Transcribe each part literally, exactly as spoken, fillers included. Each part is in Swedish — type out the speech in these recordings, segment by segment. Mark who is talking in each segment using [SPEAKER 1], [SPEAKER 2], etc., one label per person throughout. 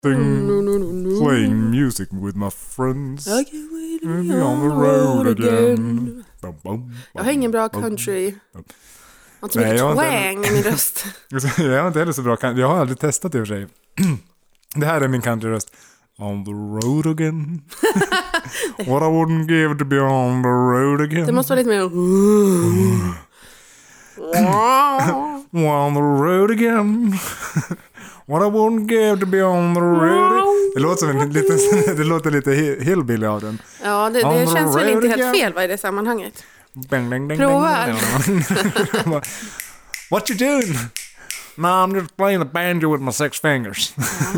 [SPEAKER 1] Playing music with my friends. On the road again. Bum, bum,
[SPEAKER 2] jag har ingen bra country. Jag har inte
[SPEAKER 1] Nej,
[SPEAKER 2] mycket
[SPEAKER 1] jag
[SPEAKER 2] twang i min röst.
[SPEAKER 1] Jag har inte heller så bra country. Jag har aldrig testat det i och för sig. Det här är min countryröst. On the road again. What I wouldn't give to be on the road again.
[SPEAKER 2] Det måste vara lite mer...
[SPEAKER 1] On the road again. What I wouldn't give to be on the road. Det låter som en liten, det låter lite hillbilly av den.
[SPEAKER 2] Ja, det, det känns väl inte helt fel vad i det sammanhanget.
[SPEAKER 1] Bang, bang, bang,
[SPEAKER 2] prova.
[SPEAKER 1] What you doing? No, I'm just playing the banjo with my six fingers.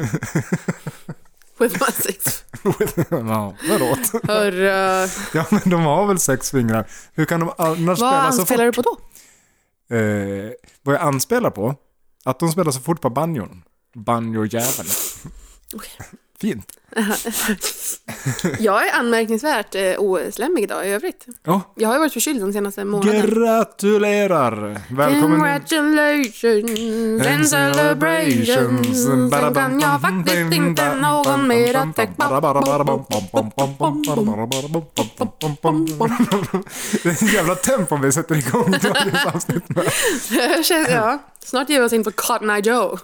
[SPEAKER 2] With my six.
[SPEAKER 1] No, förlåt.
[SPEAKER 2] Hörru.
[SPEAKER 1] Ja, men de har väl sex fingrar. Hur kan de annars
[SPEAKER 2] vad
[SPEAKER 1] spela så fort? Vad
[SPEAKER 2] anspelar du på då?
[SPEAKER 1] Eh, vad jag anspelar på? Att de spelar så fort på banjon. Banjo-jäveln.
[SPEAKER 2] Okay.
[SPEAKER 1] Fint.
[SPEAKER 2] Jag är anmärkningsvärt eh, oslemmig idag i övrigt.
[SPEAKER 1] Oh.
[SPEAKER 2] Jag har ju varit förkyld de senaste månaderna.
[SPEAKER 1] Gratulerar! Välkommen.
[SPEAKER 2] Congratulations and celebrations. Sen kan jag faktiskt inte någon mer att täcka.
[SPEAKER 1] Det är en jävla tempo vi sätter igång dagens avsnitt med.
[SPEAKER 2] Det känns, ja. Snart ger vi oss in på Cotton Eye Joe.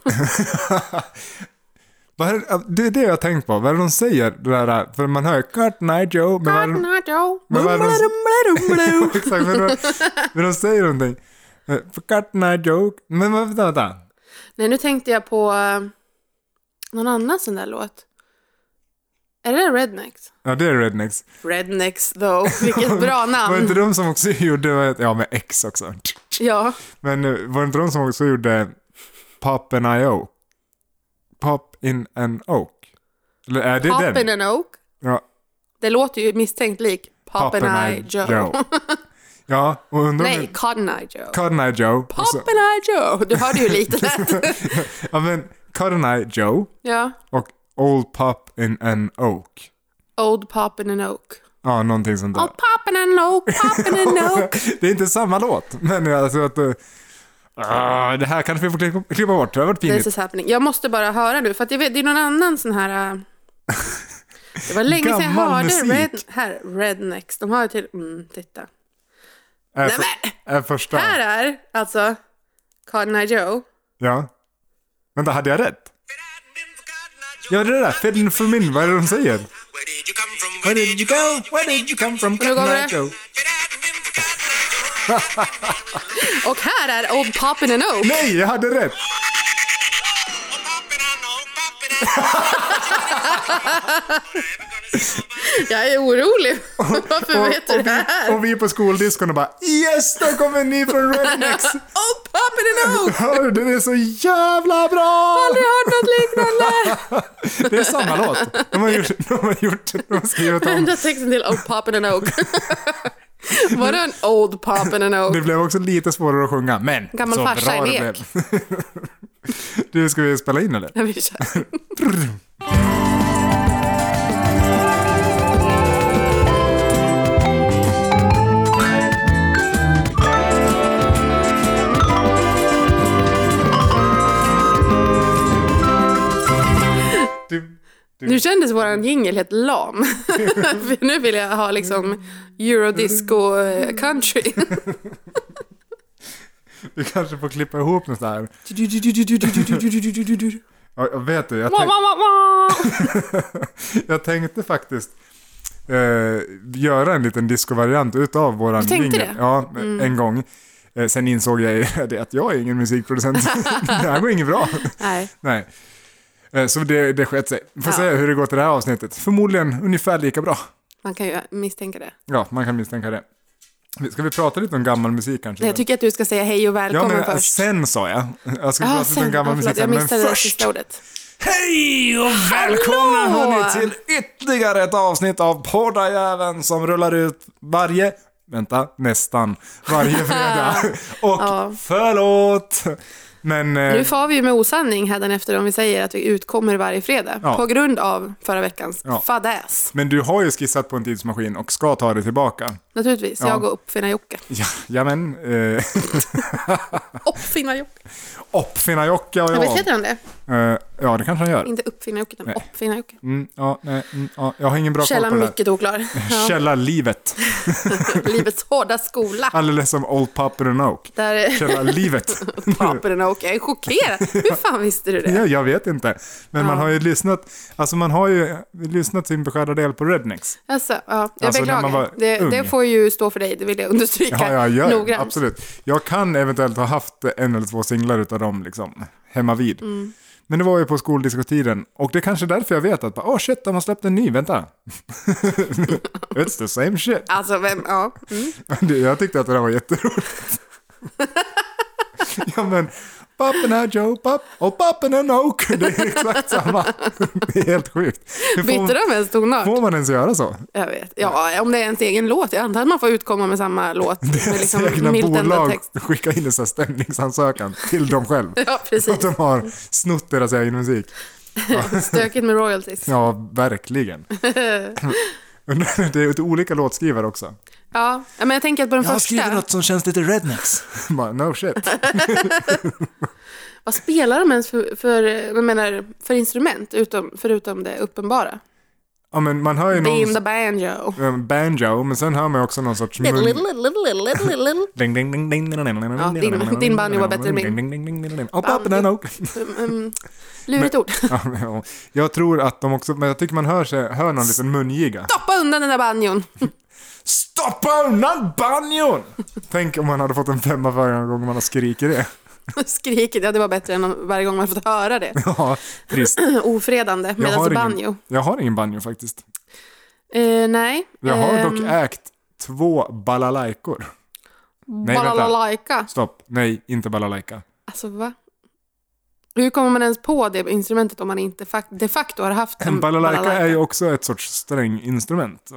[SPEAKER 1] Det är det jag har tänkt på. Vad är det de säger? Det där, för man hör Cotton Eye Joe.
[SPEAKER 2] Cotton Eye Joe.
[SPEAKER 1] Exakt, men de, men de säger någonting. Cotton Eye Joe. Men vänta, vänta.
[SPEAKER 2] Nej, nu tänkte jag på uh, någon annan sån där låt. Är det Rednecks?
[SPEAKER 1] Ja, det är Rednecks.
[SPEAKER 2] Rednecks, though. Vilket bra namn.
[SPEAKER 1] Var inte de som också gjorde, ja, med X också.
[SPEAKER 2] Ja.
[SPEAKER 1] Men var inte de som också gjorde Pop in an Oak? Pop in an Oak? Eller är det
[SPEAKER 2] Pop
[SPEAKER 1] den?
[SPEAKER 2] in an Oak?
[SPEAKER 1] Ja.
[SPEAKER 2] Det låter ju misstänkt lik Pop, Pop in Eye Joe. Joe.
[SPEAKER 1] Ja, och undrar
[SPEAKER 2] Nej, Cotton Eye Joe.
[SPEAKER 1] Cotton Eye Joe.
[SPEAKER 2] Pop så... in Eye Joe. Du hörde ju lite lätt.
[SPEAKER 1] Ja, men Cotton Eye Joe.
[SPEAKER 2] Ja.
[SPEAKER 1] Och Old Pop in an Oak.
[SPEAKER 2] Old Pop in an Oak.
[SPEAKER 1] Ja, någonting sånt där.
[SPEAKER 2] Old Pop in an Oak, Pop in an Oak.
[SPEAKER 1] Det är inte samma låt. Men alltså att... Uh, det här kanske vi får klippa, klippa bort. Det har varit pinligt.
[SPEAKER 2] This is happening. Jag måste bara höra nu. För att jag vet, det är någon annan sån här... Uh, det var länge sedan jag hörde Red, här, Rednecks. De har ju till... Mm, titta.
[SPEAKER 1] Är,
[SPEAKER 2] Nej,
[SPEAKER 1] för,
[SPEAKER 2] men,
[SPEAKER 1] är första...
[SPEAKER 2] Här är alltså Cotton Eye Joe.
[SPEAKER 1] Ja. Vänta, hade jag rätt? Ja, det är det där. Fedden för min. Vad är det de säger? Where did you go? Where did you come from?
[SPEAKER 2] Cotton Eye Joe. Och här är Old Pop in an Oak.
[SPEAKER 1] Nej, jag hade rätt.
[SPEAKER 2] Jag är orolig. Varför
[SPEAKER 1] och,
[SPEAKER 2] vet du det här?
[SPEAKER 1] Och vi på skoldisken och bara yes, då kommer ni från Rednecks.
[SPEAKER 2] Old Pop in an Oak.
[SPEAKER 1] Hör, det är så jävla bra.
[SPEAKER 2] Jag har aldrig hört något liknande.
[SPEAKER 1] Det är samma låt. De har gjort, de har gjort, de har skrivit om.
[SPEAKER 2] Ända texten till Old Pop in an Oak. Var det en Old Pop in an Oak?
[SPEAKER 1] Det blev också lite svårare att sjunga, men
[SPEAKER 2] gammal
[SPEAKER 1] så
[SPEAKER 2] farsa
[SPEAKER 1] bra
[SPEAKER 2] i
[SPEAKER 1] det blev. Du, ska vi spela in eller?
[SPEAKER 2] Ja, vi kör.
[SPEAKER 1] Du, du.
[SPEAKER 2] Nu kändes våran jingle helt lam. För nu vill jag ha liksom Eurodisco country.
[SPEAKER 1] Vi kanske får klippa ihop något där. Ja, jag vet du, jag, tänk... jag tänkte faktiskt eh, göra en liten disco-variant utav våran jingle. Ja, mm. en gång. Eh, sen insåg jag det att jag är ingen musikproducent. Det här går inget bra.
[SPEAKER 2] Nej.
[SPEAKER 1] Nej. Eh, så det, det skett sig. Får ja. se hur det går till det här avsnittet. Förmodligen ungefär lika bra.
[SPEAKER 2] Man kan ju misstänka det.
[SPEAKER 1] Ja, man kan misstänka det. Ska vi prata lite om gammal musik kanske?
[SPEAKER 2] Jag tycker att du ska säga hej och välkommen
[SPEAKER 1] ja, men,
[SPEAKER 2] först.
[SPEAKER 1] Sen sa jag. Jag ska
[SPEAKER 2] ah,
[SPEAKER 1] prata
[SPEAKER 2] sen.
[SPEAKER 1] lite om gammal
[SPEAKER 2] ah,
[SPEAKER 1] musik.
[SPEAKER 2] Jag missade
[SPEAKER 1] men
[SPEAKER 2] det sista ordet.
[SPEAKER 1] Hej och välkomna hörni, till ytterligare ett avsnitt av Poddajäveln som rullar ut varje, vänta, nästan varje fredag. Och ja. förlåt. Men,
[SPEAKER 2] nu får vi ju med osanning här efter om vi säger att vi utkommer varje fredag. Ja. På grund av förra veckans ja. fadäs.
[SPEAKER 1] Men du har ju skissat på en tidsmaskin och ska ta det tillbaka.
[SPEAKER 2] Naturligtvis, ja. jag går uppfinna Jocke.
[SPEAKER 1] Ja, ja men... Eh...
[SPEAKER 2] uppfinna Jocke.
[SPEAKER 1] Uppfinna Jocke och jag.
[SPEAKER 2] Jag vet heter han det?
[SPEAKER 1] Uh, Ja, det kanske han gör.
[SPEAKER 2] Inte uppfinna-Jocke, utan uppfinna-Jocke.
[SPEAKER 1] Mm, ja, nej, mm, ja, jag har ingen bra
[SPEAKER 2] Källan
[SPEAKER 1] koll på det.
[SPEAKER 2] Mycket oklar. Ja.
[SPEAKER 1] Källarlivet.
[SPEAKER 2] Livets hårda skola.
[SPEAKER 1] Alldeles som Old Papa and Oak.
[SPEAKER 2] Där...
[SPEAKER 1] Källarlivet.
[SPEAKER 2] Papa and Oak, jag är chockerad. Hur fan visste du det?
[SPEAKER 1] Ja, jag vet inte. Men
[SPEAKER 2] ja.
[SPEAKER 1] man har ju lyssnat, alltså man har ju lyssnat sin beskärda del på Rednecks.
[SPEAKER 2] Alltså, ja, jag
[SPEAKER 1] alltså,
[SPEAKER 2] beklagar. Det, det får ju stå för dig, det vill jag understryka
[SPEAKER 1] ja, jag gör,
[SPEAKER 2] noggrant.
[SPEAKER 1] Absolut. Jag kan eventuellt ha haft en eller två singlar utav dem liksom, hemma vid. Mm. Men det var ju på skoldiskotiden. Och det är kanske därför jag vet att, åh oh shit, de har släppt en ny, vänta. It's the same shit.
[SPEAKER 2] Alltså, vem, ja. Mm.
[SPEAKER 1] Jag tyckte att det där var jätteroligt. Ja men, Pappen här Joe, papp, och Pappen and Oak. Det är exakt samma. Det är helt sjukt.
[SPEAKER 2] Bytte de ens tonart?
[SPEAKER 1] Får man ens göra så?
[SPEAKER 2] Jag vet. Ja, om det är ens egen låt. Jag antar att man får utkomma med samma låt.
[SPEAKER 1] Deras
[SPEAKER 2] med liksom
[SPEAKER 1] egna bolag
[SPEAKER 2] text.
[SPEAKER 1] skickar in en sån stämningsansökan till dem själv.
[SPEAKER 2] Ja, precis.
[SPEAKER 1] Att de har snott deras egen musik.
[SPEAKER 2] Ja. Stökigt med royalties.
[SPEAKER 1] Ja, verkligen. Det är olika låtskrivare också.
[SPEAKER 2] Ja, men jag tänker att på den
[SPEAKER 1] jag
[SPEAKER 2] första...
[SPEAKER 1] Jag har skrivit något som känns lite Rednecks. No shit.
[SPEAKER 2] Vad spelar de ens för, för, jag menar, för instrument, utom, förutom det uppenbara?
[SPEAKER 1] Ja, men man hör ju någon...
[SPEAKER 2] Beam the banjo.
[SPEAKER 1] Um, banjo, men sen hör man också någon sorts...
[SPEAKER 2] Little, little, little, little, little.
[SPEAKER 1] Ding, ding, ding, ding, ding, ding,
[SPEAKER 2] ja, din, din banjo var bättre än min.
[SPEAKER 1] Och pappen är nog.
[SPEAKER 2] Lurigt ord.
[SPEAKER 1] Ja, ja. Jag tror att de också... Men jag tycker man hör, sig, hör någon liten mungiga.
[SPEAKER 2] Stoppa undan den där banjon.
[SPEAKER 1] Stoppa undan banjon! Tänk om man hade fått en femma varje gång man har skrikit det.
[SPEAKER 2] Skriket, ja det var bättre än varje gång man fått höra det.
[SPEAKER 1] Ja, trist.
[SPEAKER 2] Ofredande, medan banjo.
[SPEAKER 1] Ingen, jag har ingen banjo faktiskt.
[SPEAKER 2] Uh, nej.
[SPEAKER 1] Jag har
[SPEAKER 2] um,
[SPEAKER 1] dock ägt två balalaikor.
[SPEAKER 2] Balalaika?
[SPEAKER 1] Stopp, nej, inte balalaika.
[SPEAKER 2] Alltså va? Hur kommer man ens på det instrumentet om man inte fakt- de facto har haft en,
[SPEAKER 1] en balalaika?
[SPEAKER 2] balalaika
[SPEAKER 1] är ju också ett sorts stränginstrument.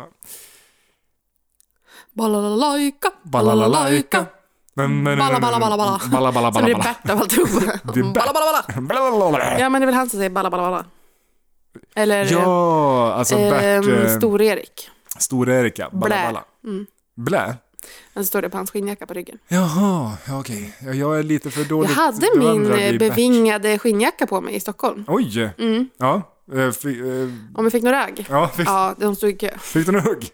[SPEAKER 2] Balalaika,
[SPEAKER 1] balalaika.
[SPEAKER 2] Balla, balla, balla, balla.
[SPEAKER 1] Balla, balla,
[SPEAKER 2] som
[SPEAKER 1] balla,
[SPEAKER 2] det är Bert av alltihopa. Balla, balla, balla. Ja, men det är väl han som säger balla, balla, balla. Eller...
[SPEAKER 1] Ja, alltså Bert...
[SPEAKER 2] Eh, Stor-Erik.
[SPEAKER 1] Stor-Erik, ja. Balla,
[SPEAKER 2] Blä.
[SPEAKER 1] balla.
[SPEAKER 2] Mm.
[SPEAKER 1] Blä?
[SPEAKER 2] Den står det på hans skinnjacka på ryggen.
[SPEAKER 1] Jaha, okej. Okay. Jag är lite för dåligt...
[SPEAKER 2] Jag hade min bevingade skinnjacka på mig i Stockholm.
[SPEAKER 1] Oj!
[SPEAKER 2] Mm.
[SPEAKER 1] Ja. F- f-
[SPEAKER 2] Om vi fick några ragg?
[SPEAKER 1] Ja, fick...
[SPEAKER 2] ja, de stod i kö.
[SPEAKER 1] Fick du några hugg?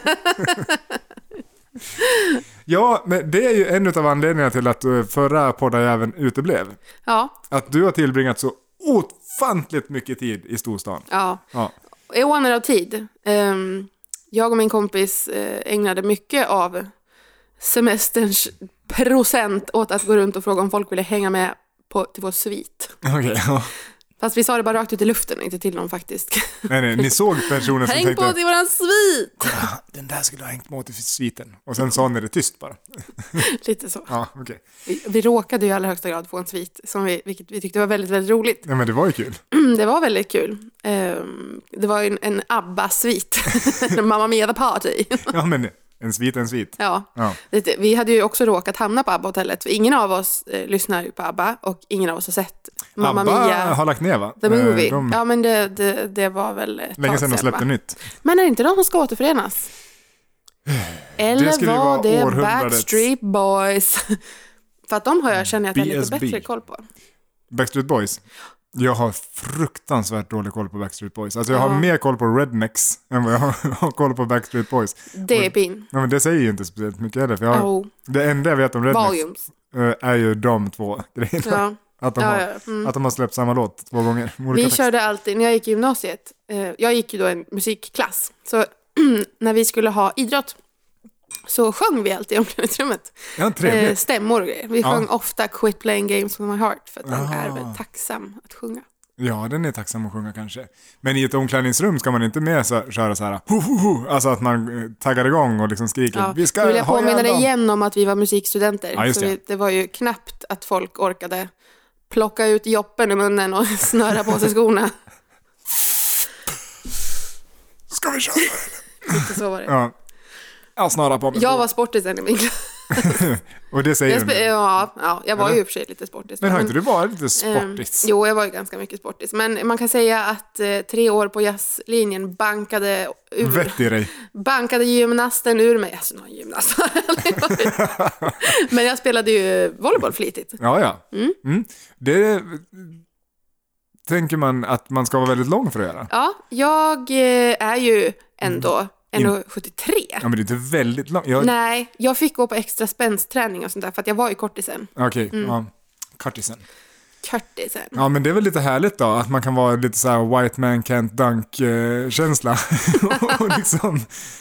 [SPEAKER 1] Ja, men det är ju en av anledningarna till att förra poddajäveln uteblev.
[SPEAKER 2] Ja.
[SPEAKER 1] Att du har tillbringat så ofantligt mycket tid i storstan.
[SPEAKER 2] Ja.
[SPEAKER 1] Ja.
[SPEAKER 2] Eoner av tid. Um, jag och min kompis ägnade mycket av semesterns procent åt att gå runt och fråga om folk ville hänga med på, till vår svit.
[SPEAKER 1] Okej, okay, ja.
[SPEAKER 2] Fast vi sa det bara rakt ut i luften, inte till någon faktiskt.
[SPEAKER 1] Nej, nej, ni såg personen som
[SPEAKER 2] häng
[SPEAKER 1] tänkte...
[SPEAKER 2] på till våran svit!
[SPEAKER 1] Ja, den där skulle ha hängt på till sviten. Och sen sa ni det tyst bara.
[SPEAKER 2] Lite så.
[SPEAKER 1] Ja, okej. Okay.
[SPEAKER 2] Vi, vi råkade ju i allra högsta grad få en svit, som vi, vilket vi tyckte var väldigt, väldigt roligt.
[SPEAKER 1] Ja, men det var ju kul.
[SPEAKER 2] Det var väldigt kul. Um, det var ju en, en ABBA-svit. Mamma Mia the Party.
[SPEAKER 1] Ja, men... En svit, en svit.
[SPEAKER 2] Ja.
[SPEAKER 1] ja.
[SPEAKER 2] Vi hade ju också råkat hamna på ABBA-hotellet. Ingen av oss eh, lyssnar ju på ABBA och ingen av oss har sett Mamma
[SPEAKER 1] ABBA
[SPEAKER 2] Mia.
[SPEAKER 1] har lagt ner, va?
[SPEAKER 2] The Movie.
[SPEAKER 1] De...
[SPEAKER 2] Ja, men det, det, det var väl ett
[SPEAKER 1] länge
[SPEAKER 2] tag
[SPEAKER 1] sedan de släppte
[SPEAKER 2] va?
[SPEAKER 1] nytt.
[SPEAKER 2] Men är det inte de som ska återförenas? Eller
[SPEAKER 1] det
[SPEAKER 2] var det
[SPEAKER 1] århundradets...
[SPEAKER 2] Backstreet Boys? För att de har jag känner att jag har lite
[SPEAKER 1] B S B.
[SPEAKER 2] bättre koll på.
[SPEAKER 1] Backstreet Boys? Jag har fruktansvärt dålig koll på Backstreet Boys. Alltså jag
[SPEAKER 2] ja.
[SPEAKER 1] har mer koll på Rednecks än vad jag har koll på Backstreet Boys.
[SPEAKER 2] Det är pin.
[SPEAKER 1] Ja, men det säger ju inte speciellt mycket heller. För jag har,
[SPEAKER 2] oh.
[SPEAKER 1] Det enda jag vet om Rednecks
[SPEAKER 2] Volumes.
[SPEAKER 1] är ju de två grejerna.
[SPEAKER 2] Ja.
[SPEAKER 1] Att, de
[SPEAKER 2] ja,
[SPEAKER 1] har,
[SPEAKER 2] ja. Mm.
[SPEAKER 1] att de har släppt samma låt två gånger.
[SPEAKER 2] Vi text. körde alltid, när jag gick i gymnasiet, eh, jag gick ju då en musikklass. Så när vi skulle ha idrott så sjöng vi alltid i omklädningsrummet.
[SPEAKER 1] Ja, trevligt. Eh,
[SPEAKER 2] stämmor och grejer. Vi
[SPEAKER 1] ja.
[SPEAKER 2] sjöng ofta Quit Playing Games with My Heart för att den är väl tacksam att sjunga.
[SPEAKER 1] Ja, den är tacksam att sjunga kanske. Men i ett omklädningsrum ska man inte med så, köra så här, ho, ho, ho, alltså att man taggar igång och liksom skriker.
[SPEAKER 2] Ja.
[SPEAKER 1] Vi ska
[SPEAKER 2] Då vill jag påminna dig
[SPEAKER 1] dem.
[SPEAKER 2] igen om att vi var musikstudenter.
[SPEAKER 1] Ja, just det.
[SPEAKER 2] Så vi, det var ju knappt att folk orkade plocka ut joppen i munnen och snöra på sig skorna.
[SPEAKER 1] Ska vi köra?
[SPEAKER 2] Lite så var det.
[SPEAKER 1] Ja. Jag snarare på mig.
[SPEAKER 2] Jag var sportisen i min klass.
[SPEAKER 1] Och det säger
[SPEAKER 2] jag spe- ja, ja, jag var
[SPEAKER 1] Eller?
[SPEAKER 2] ju i och för sig lite sportis.
[SPEAKER 1] Men har
[SPEAKER 2] men,
[SPEAKER 1] inte du varit lite sportis?
[SPEAKER 2] Eh, jo, jag var ju ganska mycket sportis. Men man kan säga att eh, tre år på jazzlinjen bankade ur.
[SPEAKER 1] Vett i dig.
[SPEAKER 2] Bankade gymnasten ur mig. Alltså, någon gymnast. Men jag spelade ju volleyboll flitigt.
[SPEAKER 1] Ja, ja.
[SPEAKER 2] Mm.
[SPEAKER 1] Mm. Det tänker man att man ska vara väldigt lång för att göra.
[SPEAKER 2] Ja, jag eh, är ju ändå en komma sjuttiotre.
[SPEAKER 1] Ja, men det är inte väldigt långt. Jag...
[SPEAKER 2] Nej, jag fick gå på extra spänstträning och sånt där för att jag var i kortisen.
[SPEAKER 1] Okej, okay, mm. ja. Kortisen.
[SPEAKER 2] Kortisen.
[SPEAKER 1] Ja, men det är väl lite härligt då, att man kan vara lite så här white man can't dunk-känsla. och liksom...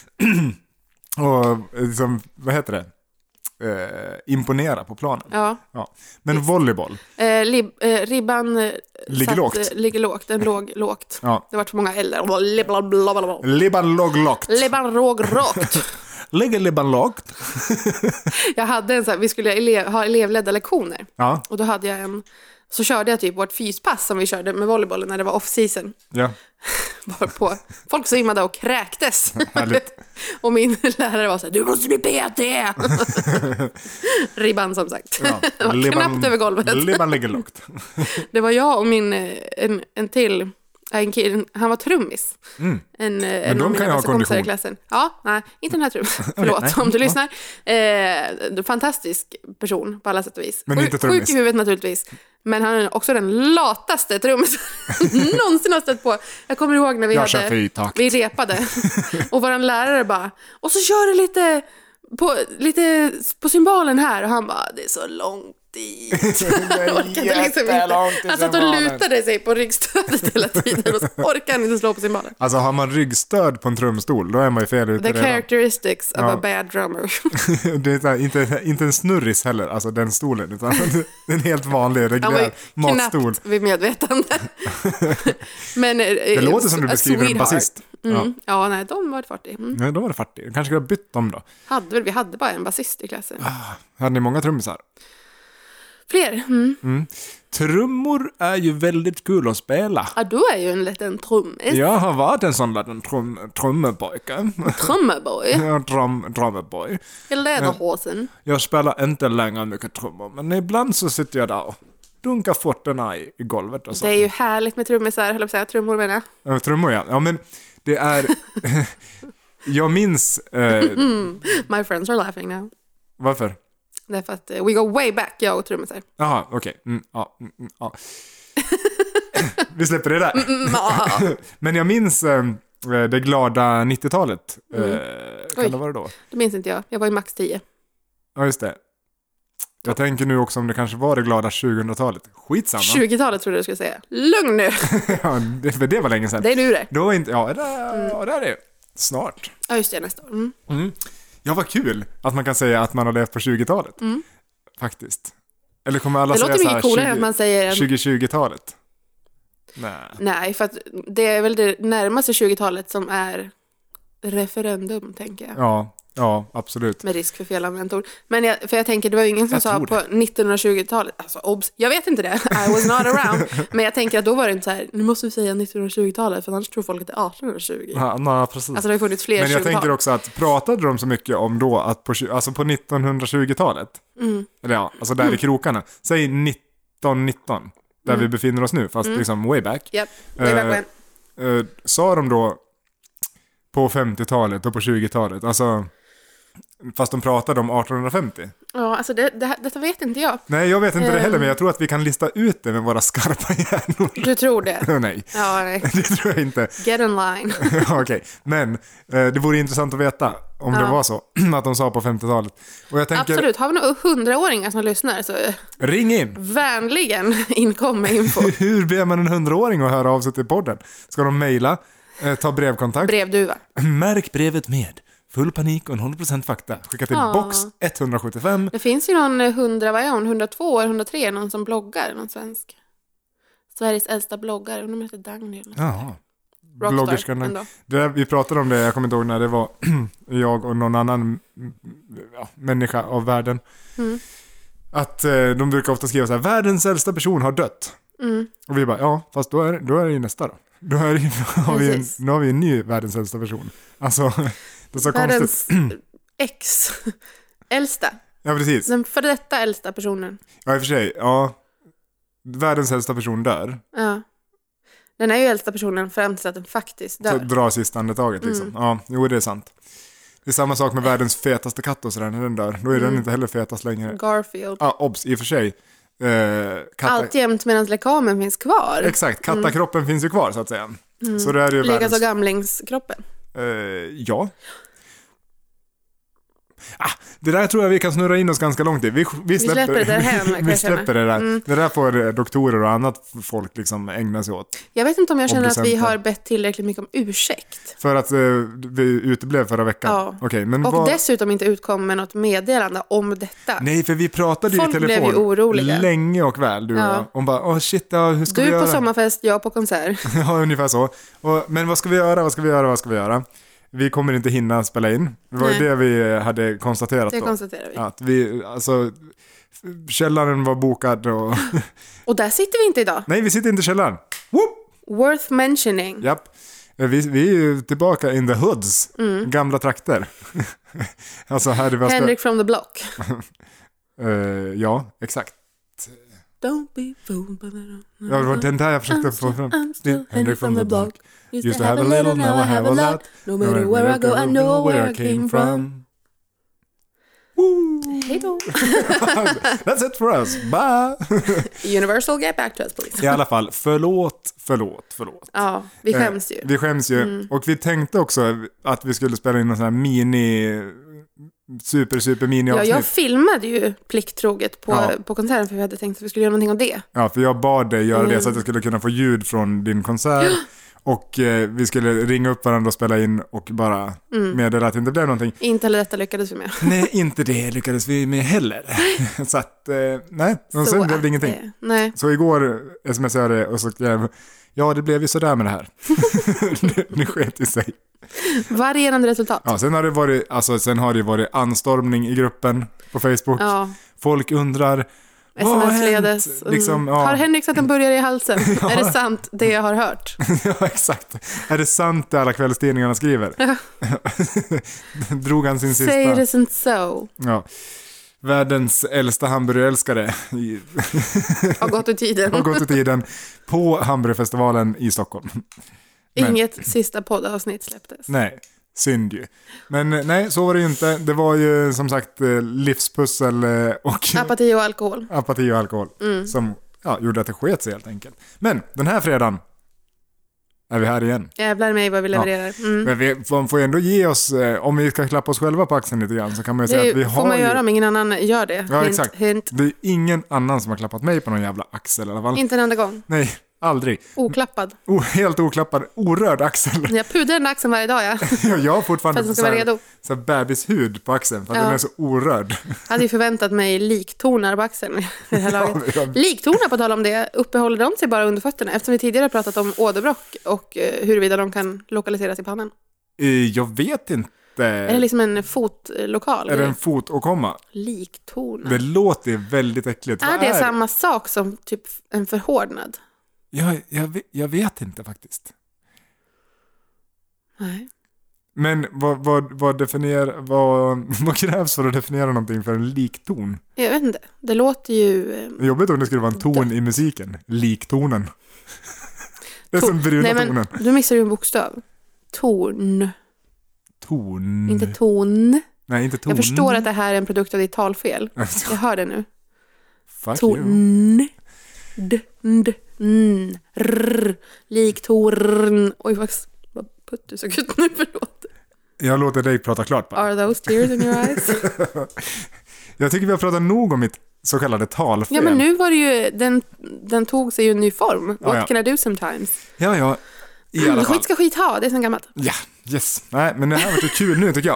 [SPEAKER 1] och liksom, vad heter det? Eh, imponera på planen.
[SPEAKER 2] Ja.
[SPEAKER 1] ja. Men Just. volleyboll.
[SPEAKER 2] Eh, lib, eh, ribban eh,
[SPEAKER 1] ligger
[SPEAKER 2] satt,
[SPEAKER 1] lågt.
[SPEAKER 2] Eh, ligger lågt. Den låg lågt.
[SPEAKER 1] Ja.
[SPEAKER 2] Det var så många eller. Libban
[SPEAKER 1] Libban låg lågt.
[SPEAKER 2] Libban låg rakt.
[SPEAKER 1] Ligger libban lågt.
[SPEAKER 2] Jag hade en så här, vi skulle elev, ha elevledda lektioner.
[SPEAKER 1] Ja.
[SPEAKER 2] Och då hade jag en, så körde jag typ vårt fyspass som vi körde med volleybollen när det var off-season.
[SPEAKER 1] Ja.
[SPEAKER 2] Var på, folk svimmade och kräktes.
[SPEAKER 1] Härligt.
[SPEAKER 2] Och min lärare var så här, du måste bli P T. Ribban som sagt.
[SPEAKER 1] Ja.
[SPEAKER 2] Det var
[SPEAKER 1] Libban,
[SPEAKER 2] knappt över golvet.
[SPEAKER 1] Libban ligger lågt.
[SPEAKER 2] Det var jag och min, en, en till, en kille, han var trummis.
[SPEAKER 1] Mm.
[SPEAKER 2] En,
[SPEAKER 1] Men
[SPEAKER 2] en
[SPEAKER 1] de
[SPEAKER 2] av
[SPEAKER 1] kan ju
[SPEAKER 2] mina
[SPEAKER 1] ha kondition.
[SPEAKER 2] i klassen. Ja, nej, inte den här trummis. Förlåt
[SPEAKER 1] nej.
[SPEAKER 2] om du lyssnar. Eh, fantastisk person på alla sätt och vis.
[SPEAKER 1] Men inte trummis.
[SPEAKER 2] Sjuk i huvudet naturligtvis. Men han är också den lataste trummis någonsin har stött på. Jag kommer ihåg när vi,
[SPEAKER 1] jag
[SPEAKER 2] hade, vi repade. Och våran lärare bara, och så kör du lite på, lite på symbalen här. Och han bara, det är så långt dit. Han satt och lutade sig på ryggstödet hela tiden. Och så orkar han inte slå på symbalen.
[SPEAKER 1] Alltså har man ryggstöd på en trumstol, då är man ju fel ute
[SPEAKER 2] The
[SPEAKER 1] redan.
[SPEAKER 2] characteristics
[SPEAKER 1] ja.
[SPEAKER 2] of a bad drummer.
[SPEAKER 1] Det är så här, inte, inte en snurris heller, alltså den stolen, utan det är en helt vanlig, reguljär matstol.
[SPEAKER 2] Knappt vid medvetande. Men,
[SPEAKER 1] det låter som du beskriver en basist.
[SPEAKER 2] Mm. Ja. ja, nej, de var fyrtio. Mm.
[SPEAKER 1] Nej, de var fyrtio. Kanske skulle ha bytt dem då.
[SPEAKER 2] Hade väl, vi hade bara en basist i klassen.
[SPEAKER 1] Ah, hade ni många trummisar?
[SPEAKER 2] Fler. Mm.
[SPEAKER 1] Mm. Trummor är ju väldigt kul att spela.
[SPEAKER 2] Ja, du är ju en liten trummis.
[SPEAKER 1] Jag har varit en sån liten trum, trummepojke.
[SPEAKER 2] Trummeboy?
[SPEAKER 1] Ja, drum, trummeboy.
[SPEAKER 2] I lederhosen.
[SPEAKER 1] Jag spelar inte längre mycket trummor, men ibland så sitter jag där och dunkar fötterna i, i golvet och så.
[SPEAKER 2] Det är ju härligt med trummisar, höll jag på att säga. Trummor menar jag.
[SPEAKER 1] Ja, trummor, ja. Ja, men det är... jag minns... Eh...
[SPEAKER 2] My friends are laughing now.
[SPEAKER 1] Varför?
[SPEAKER 2] Därför att uh, we go way back, jag och trummisar.
[SPEAKER 1] Jaha, okej. Okay. Mm, ja, mm, ja. Vi släpper det där.
[SPEAKER 2] Mm, ja.
[SPEAKER 1] Men jag minns eh, det glada nittiotalet.
[SPEAKER 2] Mm.
[SPEAKER 1] Eh, kan
[SPEAKER 2] Oj,
[SPEAKER 1] det vara då?
[SPEAKER 2] Det minns inte jag. Jag var i max tio.
[SPEAKER 1] Ja, just det. Jag tänker nu också om det kanske var det glada tjugohundratalet. Skitsamma.
[SPEAKER 2] tjugotalet trodde jag skulle säga. Lugn nu!
[SPEAKER 1] Ja, det, för det var länge sedan.
[SPEAKER 2] Det är du det.
[SPEAKER 1] Då inte, ja, det, ja, det är det. Snart.
[SPEAKER 2] Ja, just det, nästa år. Mm.
[SPEAKER 1] Mm. Ja, vad kul att man kan säga att man har levt på tjugotalet.
[SPEAKER 2] Mm.
[SPEAKER 1] Faktiskt. Eller kommer alla
[SPEAKER 2] det
[SPEAKER 1] säga
[SPEAKER 2] låter
[SPEAKER 1] så här
[SPEAKER 2] mycket coolare
[SPEAKER 1] tjugo,
[SPEAKER 2] att man säger...
[SPEAKER 1] tjugo-tjugotalet? Nej.
[SPEAKER 2] Nej, för att det är väl det närmaste tjugotalet som är referendum, tänker jag.
[SPEAKER 1] Ja, ja, absolut.
[SPEAKER 2] Med risk för fel använt ord. Men jag, för jag tänker, det var ju ingen som
[SPEAKER 1] jag
[SPEAKER 2] sa på nittonhundratjugotalet, alltså obs, jag vet inte det, I was not around. Men jag tänker att då var det inte så här, nu måste vi säga nittonhundratjugotalet för annars tror folk att det är artonhundratjugo.
[SPEAKER 1] Ja, na, precis.
[SPEAKER 2] Alltså det har ju funnits fler
[SPEAKER 1] Men jag
[SPEAKER 2] tjugotal.
[SPEAKER 1] tänker också att pratade de så mycket om då att på, alltså på nittonhundratjugotalet,
[SPEAKER 2] mm.
[SPEAKER 1] eller ja, alltså där mm. i krokarna, säg nitton nitton, där mm. vi befinner oss nu, fast mm. liksom way back.
[SPEAKER 2] Yep. way back when.
[SPEAKER 1] Uh, uh, sa de då på femtiotalet och på tjugotalet, alltså fast de pratade om artonhundrafemtio.
[SPEAKER 2] Ja, alltså det, det, detta vet inte jag.
[SPEAKER 1] Nej, jag vet inte um, det heller, men jag tror att vi kan lista ut det med våra skarpa hjärnor.
[SPEAKER 2] Du tror det?
[SPEAKER 1] Nej.
[SPEAKER 2] Ja, nej.
[SPEAKER 1] Det tror jag inte.
[SPEAKER 2] Get in line.
[SPEAKER 1] Okej, okay. Men eh, det vore intressant att veta om ja. det var så, att de sa på femtiotalet. Och jag tänker,
[SPEAKER 2] absolut, har vi några hundraåringar som lyssnar så...
[SPEAKER 1] Ring in!
[SPEAKER 2] Vänligen inkom med info.
[SPEAKER 1] Hur ber man en hundraåring att höra av sig till podden? Ska de mejla, eh, ta brevkontakt?
[SPEAKER 2] Brevduva.
[SPEAKER 1] Märk brevet med full panik och noll procent fakta. Skicka till ja. box etthundrasjuttiofem.
[SPEAKER 2] Det finns ju någon hundra, vad är hon? hundratvå eller hundratre, någon som bloggar, någon svensk. Sveriges äldsta bloggare, hon heter Dagny.
[SPEAKER 1] Ja.
[SPEAKER 2] Bloggerskan.
[SPEAKER 1] Vi pratade om det, jag kommer inte ihåg när det var jag och någon annan ja, människa av världen. Mm. Att eh, de brukar ofta skriva så här, världens äldsta person har dött. Mm. Och vi bara, ja, fast då är, då är det ju nästa då. Då, är det, då, har vi en, då har vi en ny världens äldsta person. Alltså, det är så
[SPEAKER 2] världens
[SPEAKER 1] konstigt.
[SPEAKER 2] ex äldsta.
[SPEAKER 1] Ja, precis.
[SPEAKER 2] Den för detta äldsta personen.
[SPEAKER 1] Ja, i och för sig, ja. Världens äldsta person dör.
[SPEAKER 2] Ja. Den är ju äldsta personen fram till att den faktiskt dör.
[SPEAKER 1] Så drar sista andetaget liksom. Mm. Ja, jo, det är sant. Det är samma sak med världens fetaste katt och sådär, när den dör. Då är mm. den inte heller fetast längre.
[SPEAKER 2] Garfield.
[SPEAKER 1] Ja, obs, i och för sig. katta...
[SPEAKER 2] Allt jämt medan lekamen finns kvar.
[SPEAKER 1] Exakt, kattakroppen mm. finns ju kvar så att säga.
[SPEAKER 2] Mm.
[SPEAKER 1] Så det är ju
[SPEAKER 2] Lika
[SPEAKER 1] världens...
[SPEAKER 2] så gamlingskroppen.
[SPEAKER 1] Uh, ja. Ah, det där tror jag vi kan snurra in oss ganska långt i. Vi, vi, släpper,
[SPEAKER 2] vi släpper det där hem,
[SPEAKER 1] vi släpper det där.
[SPEAKER 2] Mm.
[SPEAKER 1] Det där får doktorer och annat folk liksom ägna sig åt.
[SPEAKER 2] Jag vet inte om jag känner att vi har bett tillräckligt mycket om ursäkt.
[SPEAKER 1] För att uh, vi uteblev förra veckan?
[SPEAKER 2] Ja.
[SPEAKER 1] Okay, men
[SPEAKER 2] och
[SPEAKER 1] vad...
[SPEAKER 2] dessutom inte utkom med något meddelande om detta.
[SPEAKER 1] Nej, för vi pratade
[SPEAKER 2] folk
[SPEAKER 1] ju i telefon
[SPEAKER 2] blev ju oroliga.
[SPEAKER 1] Länge och väl, du och
[SPEAKER 2] ja.
[SPEAKER 1] jag. Om bara, åh oh, shit, ja, hur ska
[SPEAKER 2] du
[SPEAKER 1] vi göra?
[SPEAKER 2] Du på sommarfest, jag på konsert.
[SPEAKER 1] Ja, ungefär så. Och, men vad ska vi göra, vad ska vi göra, vad ska vi göra? Vi kommer inte hinna spela in. Det var ju det vi hade konstaterat.
[SPEAKER 2] Det
[SPEAKER 1] då.
[SPEAKER 2] konstaterar vi.
[SPEAKER 1] Att vi, alltså, källaren var bokad och...
[SPEAKER 2] och där sitter vi inte idag.
[SPEAKER 1] Nej, vi sitter inte i källaren. Whoop!
[SPEAKER 2] Worth mentioning.
[SPEAKER 1] Japp. Vi, vi är ju tillbaka in the hoods. Mm. Gamla trakter. alltså här det
[SPEAKER 2] Henrik from the block.
[SPEAKER 1] uh, ja, exakt.
[SPEAKER 2] Don't be fooled by the...
[SPEAKER 1] Ja, det var den där jag försökte få fram.
[SPEAKER 2] Henrik from the block.
[SPEAKER 1] Used to have a little, now I have a lot.
[SPEAKER 2] No matter where I go, I know where I came from. Hej då.
[SPEAKER 1] That's it for us. Bye.
[SPEAKER 2] Universal, get back to us please.
[SPEAKER 1] I alla fall, förlåt, förlåt, förlåt.
[SPEAKER 2] Ja, vi skäms ju.
[SPEAKER 1] Eh, vi skäms ju. Mm. Och vi tänkte också att vi skulle spela in någon sån här mini... super, super mini avsnitt.
[SPEAKER 2] Ja, jag filmade ju plikttroget på,
[SPEAKER 1] ja.
[SPEAKER 2] på konserten för vi hade tänkt att vi skulle göra någonting av det.
[SPEAKER 1] Ja, för jag bad dig göra
[SPEAKER 2] mm.
[SPEAKER 1] det så att jag skulle kunna få ljud från din konsert. Och eh, vi skulle ringa upp varandra och spela in och bara mm. meddela att det inte blev någonting.
[SPEAKER 2] Inte heller detta lyckades vi med.
[SPEAKER 1] Nej, inte det lyckades vi med heller. så att, eh, nej. Och sen blev det ingenting.
[SPEAKER 2] Det, nej.
[SPEAKER 1] Så igår smsade jag det och så skrev ja, det blev ju sådär med det här. Nu sket i sig.
[SPEAKER 2] Varierande resultat.
[SPEAKER 1] Ja, sen har det varit, alltså, sen har det varit anstormning i gruppen på Facebook.
[SPEAKER 2] Ja.
[SPEAKER 1] Folk undrar
[SPEAKER 2] sms-ledes.
[SPEAKER 1] Liksom, ja.
[SPEAKER 2] Har Henrik satt en burgare i halsen? ja. Är det sant det jag har hört?
[SPEAKER 1] ja, exakt. Är det sant det alla kvällstidningarna skriver? Drog han sin sista...
[SPEAKER 2] Say it isn't so.
[SPEAKER 1] Ja. Världens äldsta hamburgerälskare
[SPEAKER 2] har gått i tiden.
[SPEAKER 1] har gått i tiden på hamburgerfestivalen i Stockholm. Men...
[SPEAKER 2] Inget sista poddavsnitt släpptes.
[SPEAKER 1] Nej. Synd ju. Men nej, så var det ju inte. Det var ju som sagt livspussel och...
[SPEAKER 2] apati och alkohol.
[SPEAKER 1] Apati och alkohol. Mm. Som ja, gjorde att det sket sig helt enkelt. Men den här fredagen är vi här igen.
[SPEAKER 2] Jävlar mig vad vi levererar. Ja. Mm.
[SPEAKER 1] Men vi man får ändå ge oss, om vi ska klappa oss själva på axeln lite grann så kan man ju
[SPEAKER 2] det
[SPEAKER 1] säga att vi har
[SPEAKER 2] får man
[SPEAKER 1] ju...
[SPEAKER 2] göra om ingen annan gör det.
[SPEAKER 1] Ja,
[SPEAKER 2] hint,
[SPEAKER 1] exakt.
[SPEAKER 2] Hint.
[SPEAKER 1] Det är ingen annan som har klappat mig på någon jävla axel i alla fall.
[SPEAKER 2] Inte en enda gång.
[SPEAKER 1] Nej. Aldrig.
[SPEAKER 2] Oklappad.
[SPEAKER 1] O, helt oklappad, orörd axel.
[SPEAKER 2] Jag pudrar den axeln varje dag, ja.
[SPEAKER 1] ja jag har fortfarande
[SPEAKER 2] för att den ska vara redo.
[SPEAKER 1] Så här bebishud på axeln, för att ja. den är så orörd.
[SPEAKER 2] Jag hade ju förväntat mig liktonar på axeln i det här laget. Ja, jag... Liktonar, på tal om det, uppehåller de sig bara under fötterna? Eftersom vi tidigare pratat om åderbråck och uh, huruvida de kan lokaliseras i pannan.
[SPEAKER 1] Uh, jag vet inte.
[SPEAKER 2] Är det liksom en fotlokal?
[SPEAKER 1] Är det en fotåkomma?
[SPEAKER 2] Liktonar.
[SPEAKER 1] Det låter väldigt äckligt.
[SPEAKER 2] Är det är samma sak som typ en förhårdnad?
[SPEAKER 1] Jag, jag, jag vet inte faktiskt.
[SPEAKER 2] Nej.
[SPEAKER 1] Men vad, vad, vad, definierar, vad, vad krävs för att definiera någonting för en likton?
[SPEAKER 2] Jag vet inte. Det låter ju...
[SPEAKER 1] Eh, Jobbigt om det skulle vara en ton d- i musiken. Liktonen. Det är
[SPEAKER 2] ton.
[SPEAKER 1] som bruna
[SPEAKER 2] Nej, men
[SPEAKER 1] tonen.
[SPEAKER 2] Du missar ju en bokstav. Ton.
[SPEAKER 1] Ton.
[SPEAKER 2] Inte ton.
[SPEAKER 1] Nej, inte ton.
[SPEAKER 2] Jag förstår att det här är en produkt av ditt talfel. Jag hör det nu.
[SPEAKER 1] Fuck
[SPEAKER 2] ton.
[SPEAKER 1] you.
[SPEAKER 2] D, d, n, rr, liktorn. Oj, vad, vad putt du såg ut nu, förlåt.
[SPEAKER 1] Jag låter dig prata klart bara.
[SPEAKER 2] Are those tears in your eyes?
[SPEAKER 1] Jag tycker vi har pratat nog om mitt så kallade talfel.
[SPEAKER 2] Ja, men nu var det ju, den, den tog sig ju en ny form. What
[SPEAKER 1] ja, ja.
[SPEAKER 2] can I do sometimes?
[SPEAKER 1] Ja, ja. I alla fall.
[SPEAKER 2] Skit ska skit ha, det är sen gammalt.
[SPEAKER 1] Ja, yes. Nej, men det här var så kul nu tycker jag.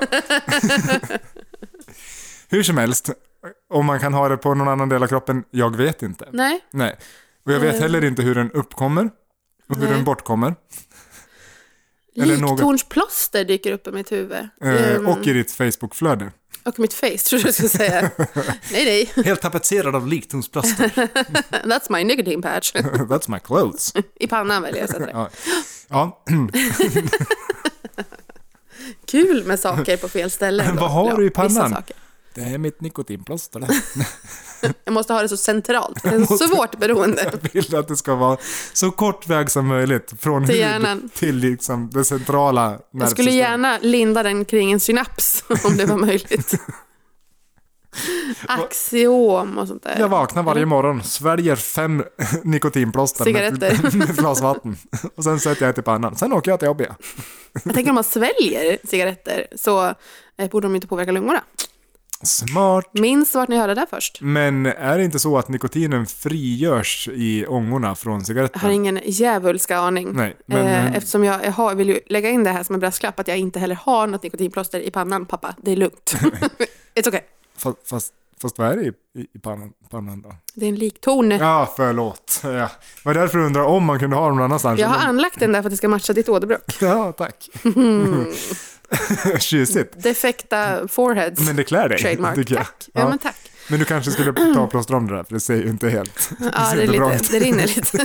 [SPEAKER 1] Hur som helst, om man kan ha det på någon annan del av kroppen, jag vet inte.
[SPEAKER 2] Nej.
[SPEAKER 1] Nej. Och jag vet heller inte hur den uppkommer och hur Nej. den bortkommer.
[SPEAKER 2] Liktornsplåster dyker upp i mitt huvud.
[SPEAKER 1] Eh, um, och i ditt Facebook-flöde.
[SPEAKER 2] Och mitt face, tror jag skulle säga. nej, nej.
[SPEAKER 1] Helt tapetserad av liktornsplåster.
[SPEAKER 2] That's my nicotine patch.
[SPEAKER 1] That's my clothes.
[SPEAKER 2] I pannan väljer jag sätta det.
[SPEAKER 1] ja. ja.
[SPEAKER 2] Kul med saker på fel ställen.
[SPEAKER 1] Vad har
[SPEAKER 2] ja,
[SPEAKER 1] du i pannan? Det är mitt nikotinplåster.
[SPEAKER 2] Jag måste ha det så centralt. Det är så svårt beroende.
[SPEAKER 1] Jag vill att det ska vara så kort väg som möjligt från
[SPEAKER 2] till
[SPEAKER 1] hud
[SPEAKER 2] hjärnan.
[SPEAKER 1] Till liksom det centrala nervsystemet.
[SPEAKER 2] Jag skulle gärna linda den kring en synaps om det var möjligt. Axiom och sånt där.
[SPEAKER 1] Jag vaknar varje morgon, sväljer fem nikotinplåster med, med ett glas vatten. Och sen sätter jag ett i pannan. Sen åker jag till A B.
[SPEAKER 2] Jag tänker om man sväljer cigaretter så eh, borde de inte påverka lungorna.
[SPEAKER 1] Smart.
[SPEAKER 2] Minns vart ni hörde det där först.
[SPEAKER 1] Men är det inte så att nikotinen frigörs i ångorna från cigaretten?
[SPEAKER 2] Jag har ingen djävulska aning.
[SPEAKER 1] Nej, men...
[SPEAKER 2] eh, eftersom jag, jag har, vill ju lägga in det här som en brasklapp att jag inte heller har något nikotinplåster i pannan, pappa. Det är lugnt. It's okay.
[SPEAKER 1] Fast, fast, fast vad är det i, i, i pannan, pannan då?
[SPEAKER 2] Det är en likton.
[SPEAKER 1] Ja, förlåt. Ja. Det var därför jag undrar om man kunde ha den någon annanstans.
[SPEAKER 2] Jag har anlagt den där för att det ska matcha ditt åderbråck.
[SPEAKER 1] Ja, tack. Mm. Tjusigt.
[SPEAKER 2] Defekta foreheads.
[SPEAKER 1] Men det klär dig.
[SPEAKER 2] Trademark. Tack. Ja. Ja, men tack.
[SPEAKER 1] Men du kanske skulle ta och plåstra om det där, för det ser ju inte helt...
[SPEAKER 2] Det ja, det, är lite, det rinner lite.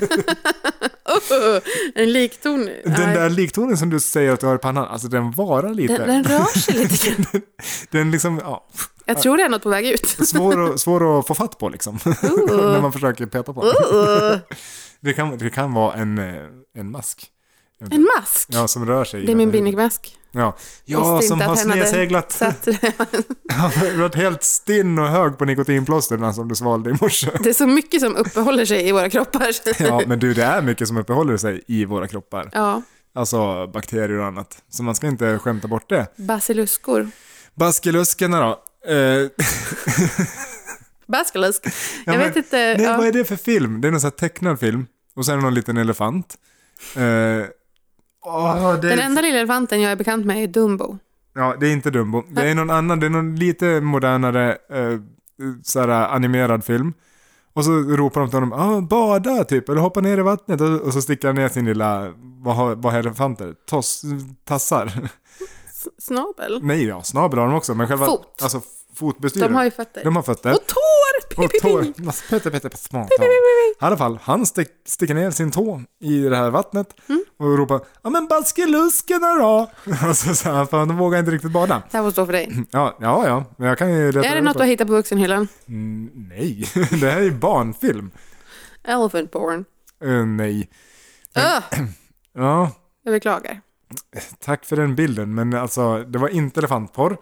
[SPEAKER 2] oh, en likton.
[SPEAKER 1] Den där liktonen som du säger att du har i pannan, alltså den varar lite.
[SPEAKER 2] Den, den rör sig lite.
[SPEAKER 1] den, den liksom, ja...
[SPEAKER 2] Jag tror det är något på väg ut.
[SPEAKER 1] Svår, att, svår att få fatt på liksom. Uh. När man försöker peta på den. Uh. det, kan, det kan vara en, en mask.
[SPEAKER 2] En mask?
[SPEAKER 1] Ja, som rör sig.
[SPEAKER 2] Det är min binnikmask.
[SPEAKER 1] Ja, ja som har snedseglat. Ja, du har varit helt stinn och hög på nikotinplåsterna som du svalde i morse.
[SPEAKER 2] Det är så mycket som uppehåller sig i våra kroppar.
[SPEAKER 1] Ja, men du, det är mycket som uppehåller sig i våra kroppar.
[SPEAKER 2] Ja.
[SPEAKER 1] Alltså bakterier och annat. Så man ska inte skämta bort det.
[SPEAKER 2] Basiluskor.
[SPEAKER 1] Baskeluskerna då? Eh...
[SPEAKER 2] Baskelusk. Jag
[SPEAKER 1] ja, men,
[SPEAKER 2] vet inte.
[SPEAKER 1] Nej,
[SPEAKER 2] ja.
[SPEAKER 1] Vad är det för film? Det är någon sån här tecknad film. Och sen är det någon liten elefant. Eh... Oh, det...
[SPEAKER 2] Den enda lilla elefanten jag är bekant med är Dumbo.
[SPEAKER 1] Ja, det är inte Dumbo. Det är någon annan, det är någon lite modernare eh, såhär, animerad film. Och så ropar de till honom, ah, bada typ, eller hoppa ner i vattnet. Och, och så sticker han ner sin lilla, vad har, vad har elefanter? Toss, tassar.
[SPEAKER 2] S- snabel?
[SPEAKER 1] Nej, ja, snabel har de också. Men själva,
[SPEAKER 2] fot.
[SPEAKER 1] Alltså fotbestyr.
[SPEAKER 2] De har ju fötter.
[SPEAKER 1] De har fötter.
[SPEAKER 2] Och tår!
[SPEAKER 1] Och tår. Peter, Peter, Peter, I alla fall, han stick, sticker ner sin tå i det här vattnet mm. och ropar, ja men baskeluskerna då? Och så sa han, för de vågar inte riktigt bada.
[SPEAKER 2] Det här får stå för dig.
[SPEAKER 1] Ja, ja, ja. Men jag kan ju leta
[SPEAKER 2] är det något du har hittat på vuxenhyllan?
[SPEAKER 1] Mm, nej, det här är ju barnfilm.
[SPEAKER 2] Elephant porn.
[SPEAKER 1] Uh, nej. Men,
[SPEAKER 2] uh.
[SPEAKER 1] Ja.
[SPEAKER 2] Jag beklagar.
[SPEAKER 1] Tack för den bilden, men alltså, det var inte elefantporr.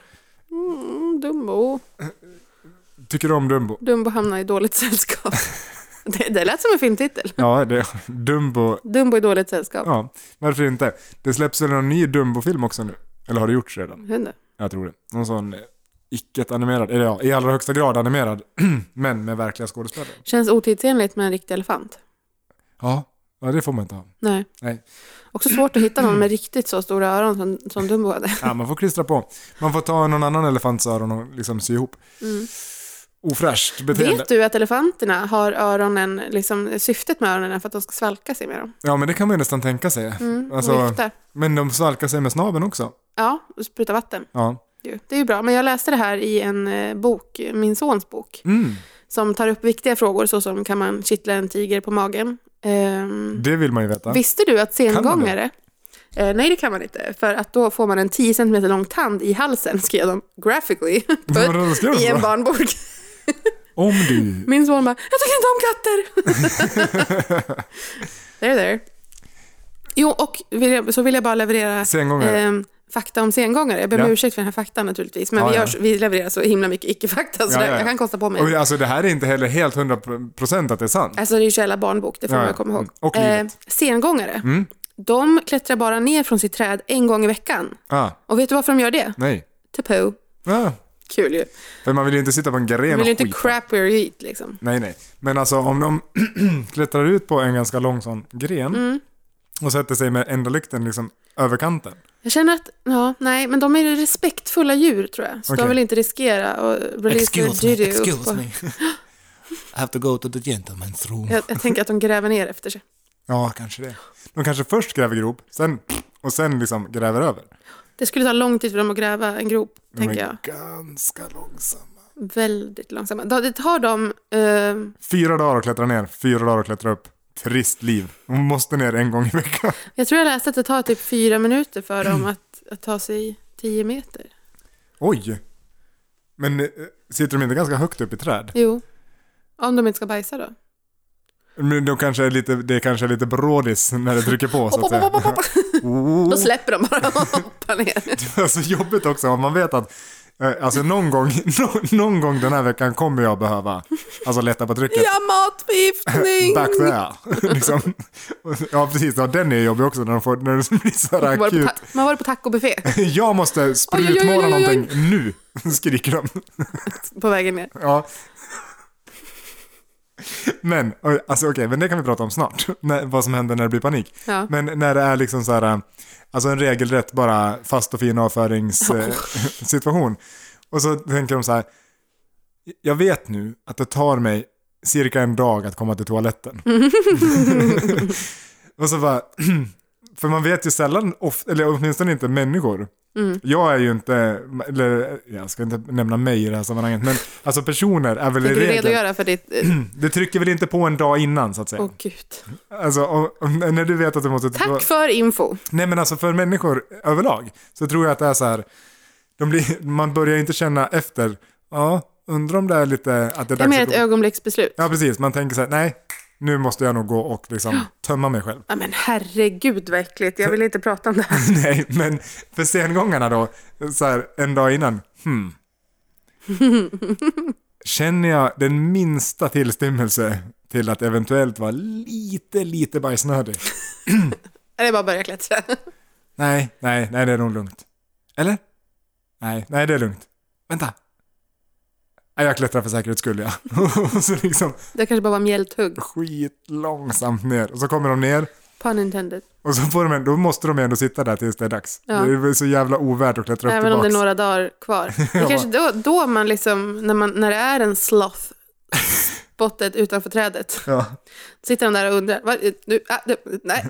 [SPEAKER 2] Mm, Dumbo.
[SPEAKER 1] Tycker du om Dumbo?
[SPEAKER 2] Dumbo hamnar i dåligt sällskap. det, det lät som en filmtitel.
[SPEAKER 1] Ja, det Dumbo.
[SPEAKER 2] Dumbo i dåligt sällskap.
[SPEAKER 1] Ja, varför inte? Det släpps väl en ny Dumbo-film också nu? Eller har det gjorts redan?
[SPEAKER 2] Hände.
[SPEAKER 1] Jag tror det. Någon sån icke-animerad, eller ja, i allra högsta grad animerad, men med verkliga skådespelare.
[SPEAKER 2] Känns otidsenligt med en riktig elefant.
[SPEAKER 1] Ja, ja, det får man inte ha.
[SPEAKER 2] Nej.
[SPEAKER 1] Nej.
[SPEAKER 2] Också svårt att hitta någon med riktigt så stora öron som, som Dumbo hade.
[SPEAKER 1] Ja, man får klistra på. Man får ta någon annan elefants öron och liksom sy ihop.
[SPEAKER 2] Mm.
[SPEAKER 1] Ofräscht beteende.
[SPEAKER 2] Vet du att elefanterna har öronen, liksom, syftet med öronen är för att de ska svalka sig med dem?
[SPEAKER 1] Ja, men det kan man ju nästan tänka sig.
[SPEAKER 2] Mm,
[SPEAKER 1] alltså, men de svalkar sig med snabeln också.
[SPEAKER 2] Ja, och sprutar vatten.
[SPEAKER 1] Ja.
[SPEAKER 2] Det är ju bra, men jag läste det här i en eh, bok, min sons bok,
[SPEAKER 1] mm.
[SPEAKER 2] som tar upp viktiga frågor såsom kan man kittla en tiger på magen? Um,
[SPEAKER 1] det vill man ju veta.
[SPEAKER 2] Visste du att sengångare... Eh, nej, det kan man inte. För att då får man en tio centimeter lång tand i halsen, skrev de graphically i en barnbok.
[SPEAKER 1] Om du...
[SPEAKER 2] Min son bara, jag tycker inte om katter. There, there. Jo, och vill jag, så vill jag bara leverera eh, fakta om sengångare. Jag ber om ja. ursäkt för den här faktan naturligtvis. Men ja, vi, gör, ja. vi levererar så himla mycket icke-fakta så ja, ja, ja. jag kan kosta på mig.
[SPEAKER 1] Och alltså det här är inte heller helt hundra procent att det är sant.
[SPEAKER 2] Alltså det är ju källa barnbok, det får ja, man komma ihåg.
[SPEAKER 1] Och
[SPEAKER 2] eh, sengångare. Mm. De klättrar bara ner från sitt träd en gång i veckan. Ah. Och vet du varför de gör det?
[SPEAKER 1] Nej.
[SPEAKER 2] Tapo.
[SPEAKER 1] Ah.
[SPEAKER 2] Kul ju.
[SPEAKER 1] För man vill ju inte sitta på en gren och skita.
[SPEAKER 2] Man vill ju inte crap where you eat liksom.
[SPEAKER 1] Nej, nej. Men alltså om de klättrar ut på en ganska lång sån gren mm. och sätter sig med enda lykten liksom över kanten.
[SPEAKER 2] Jag känner att, ja, nej, men de är ju respektfulla djur tror jag. Så okay. de vill inte riskera att release
[SPEAKER 1] excuse me, excuse me. I have to go to the gentleman's room.
[SPEAKER 2] Jag, jag tänker att de gräver ner efter sig.
[SPEAKER 1] Ja, kanske det. De kanske först gräver grop, sen, och sen liksom gräver över.
[SPEAKER 2] Det skulle ta lång tid för dem att gräva en grop, de tänker jag.
[SPEAKER 1] Ganska långsamma.
[SPEAKER 2] Väldigt långsamma. Det tar dem... Uh...
[SPEAKER 1] Fyra dagar att klättra ner, fyra dagar att klättra upp. Trist liv. De måste ner en gång i veckan.
[SPEAKER 2] Jag tror jag läste att det tar typ fyra minuter för dem att, att ta sig tio meter.
[SPEAKER 1] Oj! Men äh, sitter de inte ganska högt upp i träd?
[SPEAKER 2] Jo. Om de inte ska bajsa då.
[SPEAKER 1] Men de kanske är lite, det är kanske är lite brådis när det trycker på så att säga.
[SPEAKER 2] Då släpper de bara och hoppar ner.
[SPEAKER 1] Det är så jobbigt också om man vet att Alltså någon gång, någon gång den här veckan kommer jag behöva alltså lätta på trycket.
[SPEAKER 2] Ja, matförgiftning!
[SPEAKER 1] Back there. Liksom. Ja, precis. Ja, den är jobbig också när de får, när det blir så här akut.
[SPEAKER 2] Man var det på tacobuffé.
[SPEAKER 1] Jag måste sprutmåla någonting nu, skriker de.
[SPEAKER 2] På vägen ner.
[SPEAKER 1] Ja. Men, alltså okej, okay, men det kan vi prata om snart. När, vad som händer när det blir panik.
[SPEAKER 2] Ja.
[SPEAKER 1] Men när det är liksom så här, alltså en regelrätt bara fast och fin avföringssituation. Oh. Och så tänker de så här, jag vet nu att det tar mig cirka en dag att komma till toaletten. Och så bara, för man vet ju sällan, ofta, eller åtminstone inte människor. Mm. Jag är ju inte, eller jag ska inte nämna mig i det här sammanhanget, men alltså personer är väl i regel.
[SPEAKER 2] Redo att göra för ditt...
[SPEAKER 1] Det trycker väl inte på en dag innan så att säga.
[SPEAKER 2] Åh gud.
[SPEAKER 1] Alltså, och, och, när du vet att du måste...
[SPEAKER 2] Tack för info.
[SPEAKER 1] Nej, men alltså för människor överlag så tror jag att det är så här, de blir, man börjar inte känna efter, ja, undrar om det är lite... Att det,
[SPEAKER 2] det är mer ett ögonblicksbeslut.
[SPEAKER 1] Ja, precis. Man tänker så här, nej, nu måste jag nog gå och liksom tömma mig själv.
[SPEAKER 2] Ja, men herregud vad äckligt. Jag vill inte prata om det här.
[SPEAKER 1] Nej, men för sengångarna då, så här, en dag innan, hmm. Känner jag den minsta tillstymmelse till att eventuellt vara lite, lite bajsnödig?
[SPEAKER 2] Det är bara att börja klättra.
[SPEAKER 1] Nej, nej, nej, det är nog lugnt. Eller? Nej, nej, det är lugnt. Vänta. Nej, jag klättrar för säkerhets skull, ja. Så liksom,
[SPEAKER 2] det kanske bara var mjälthugg.
[SPEAKER 1] Skit långsamt ner. Och så kommer de ner.
[SPEAKER 2] Pun intended.
[SPEAKER 1] Och så får de, då måste de ändå sitta där tills det är dags.
[SPEAKER 2] Ja.
[SPEAKER 1] Det är så jävla ovärt att klättra upp
[SPEAKER 2] även
[SPEAKER 1] tillbaks.
[SPEAKER 2] Även om det är några dagar kvar. Det är kanske då, då man liksom, när, man, när det är en sloth spottet utanför trädet.
[SPEAKER 1] Ja.
[SPEAKER 2] Sitter de där och undrar, va, du, ah, du, nej.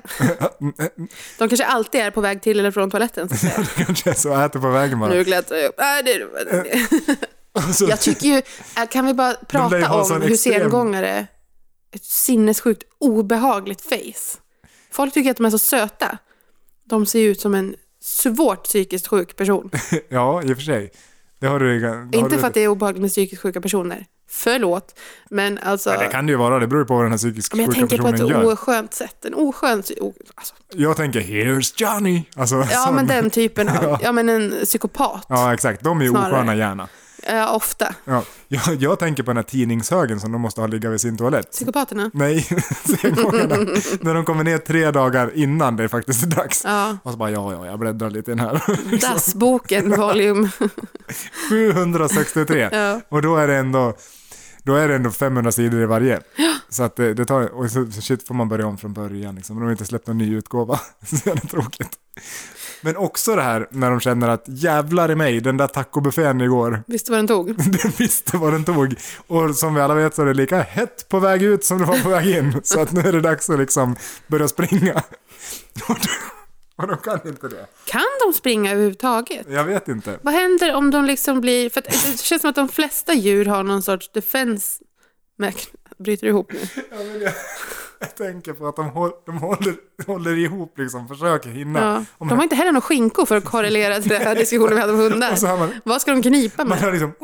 [SPEAKER 2] De kanske alltid är på väg till eller från toaletten. Så att säga.
[SPEAKER 1] Det kanske är så, äter på vägen bara.
[SPEAKER 2] Nu klättrar jag upp. Nej, det är alltså, jag tycker ju, kan vi bara prata om hur extrem... sengångare ett sinnessjukt obehagligt face. Folk tycker att de är så söta. De ser ut som en svårt psykiskt sjuk person.
[SPEAKER 1] Ja, i och för sig. Det har du, det har
[SPEAKER 2] inte
[SPEAKER 1] du...
[SPEAKER 2] för att det är obehagligt med psykiskt sjuka personer. Förlåt. Men alltså...
[SPEAKER 1] Ja, det kan det ju vara. Det beror på vad den här psykiskt sjuka personen gör.
[SPEAKER 2] Men jag tänker på ett oskönt sätt. En oskön... Alltså.
[SPEAKER 1] Jag tänker, here's Johnny. Alltså,
[SPEAKER 2] ja,
[SPEAKER 1] sån...
[SPEAKER 2] men den typen av... ja. ja, men en psykopat.
[SPEAKER 1] Ja, exakt. De är ju
[SPEAKER 2] snarare.
[SPEAKER 1] Osköna gärna.
[SPEAKER 2] Ja, ofta.
[SPEAKER 1] Ja, jag, jag tänker på den här tidningshögen som de måste ha ligga vid sin toalett.
[SPEAKER 2] Psykopaterna?
[SPEAKER 1] Nej, när de kommer ner tre dagar innan det är faktiskt dags.
[SPEAKER 2] Ja.
[SPEAKER 1] Och så bara, ja, ja, jag bläddrar lite i den här.
[SPEAKER 2] Dassboken, volym.
[SPEAKER 1] sjuhundrasextiotre. Ja. Och då är det ändå... Då är det ändå femhundra sidor i varje.
[SPEAKER 2] Ja.
[SPEAKER 1] Så att det, det tar... Och så shit får man börja om från början. Liksom. De har inte släppt någon ny utgåva. Så är det tråkigt. Men också det här när de känner att jävlar i mig, den där tacobuffén igår.
[SPEAKER 2] Visste vad den tog.
[SPEAKER 1] Den visste vad den tog. Och som vi alla vet så är det lika hett på väg ut som det var på väg in. Så att nu är det dags att liksom börja springa. Och de kan inte det.
[SPEAKER 2] Kan de springa överhuvudtaget?
[SPEAKER 1] Jag vet inte.
[SPEAKER 2] Vad händer om de liksom blir... För det känns som att de flesta djur har någon sorts defense... Bryter ihop nu?
[SPEAKER 1] Ja, men jag, jag tänker på att de, håll, de håller, håller ihop, liksom, försöker hinna.
[SPEAKER 2] Ja. De har inte heller någon skinkor för att korrelera till den här diskussionen vi hade om hundar. Man, Vad ska de knipa med?
[SPEAKER 1] Man har liksom...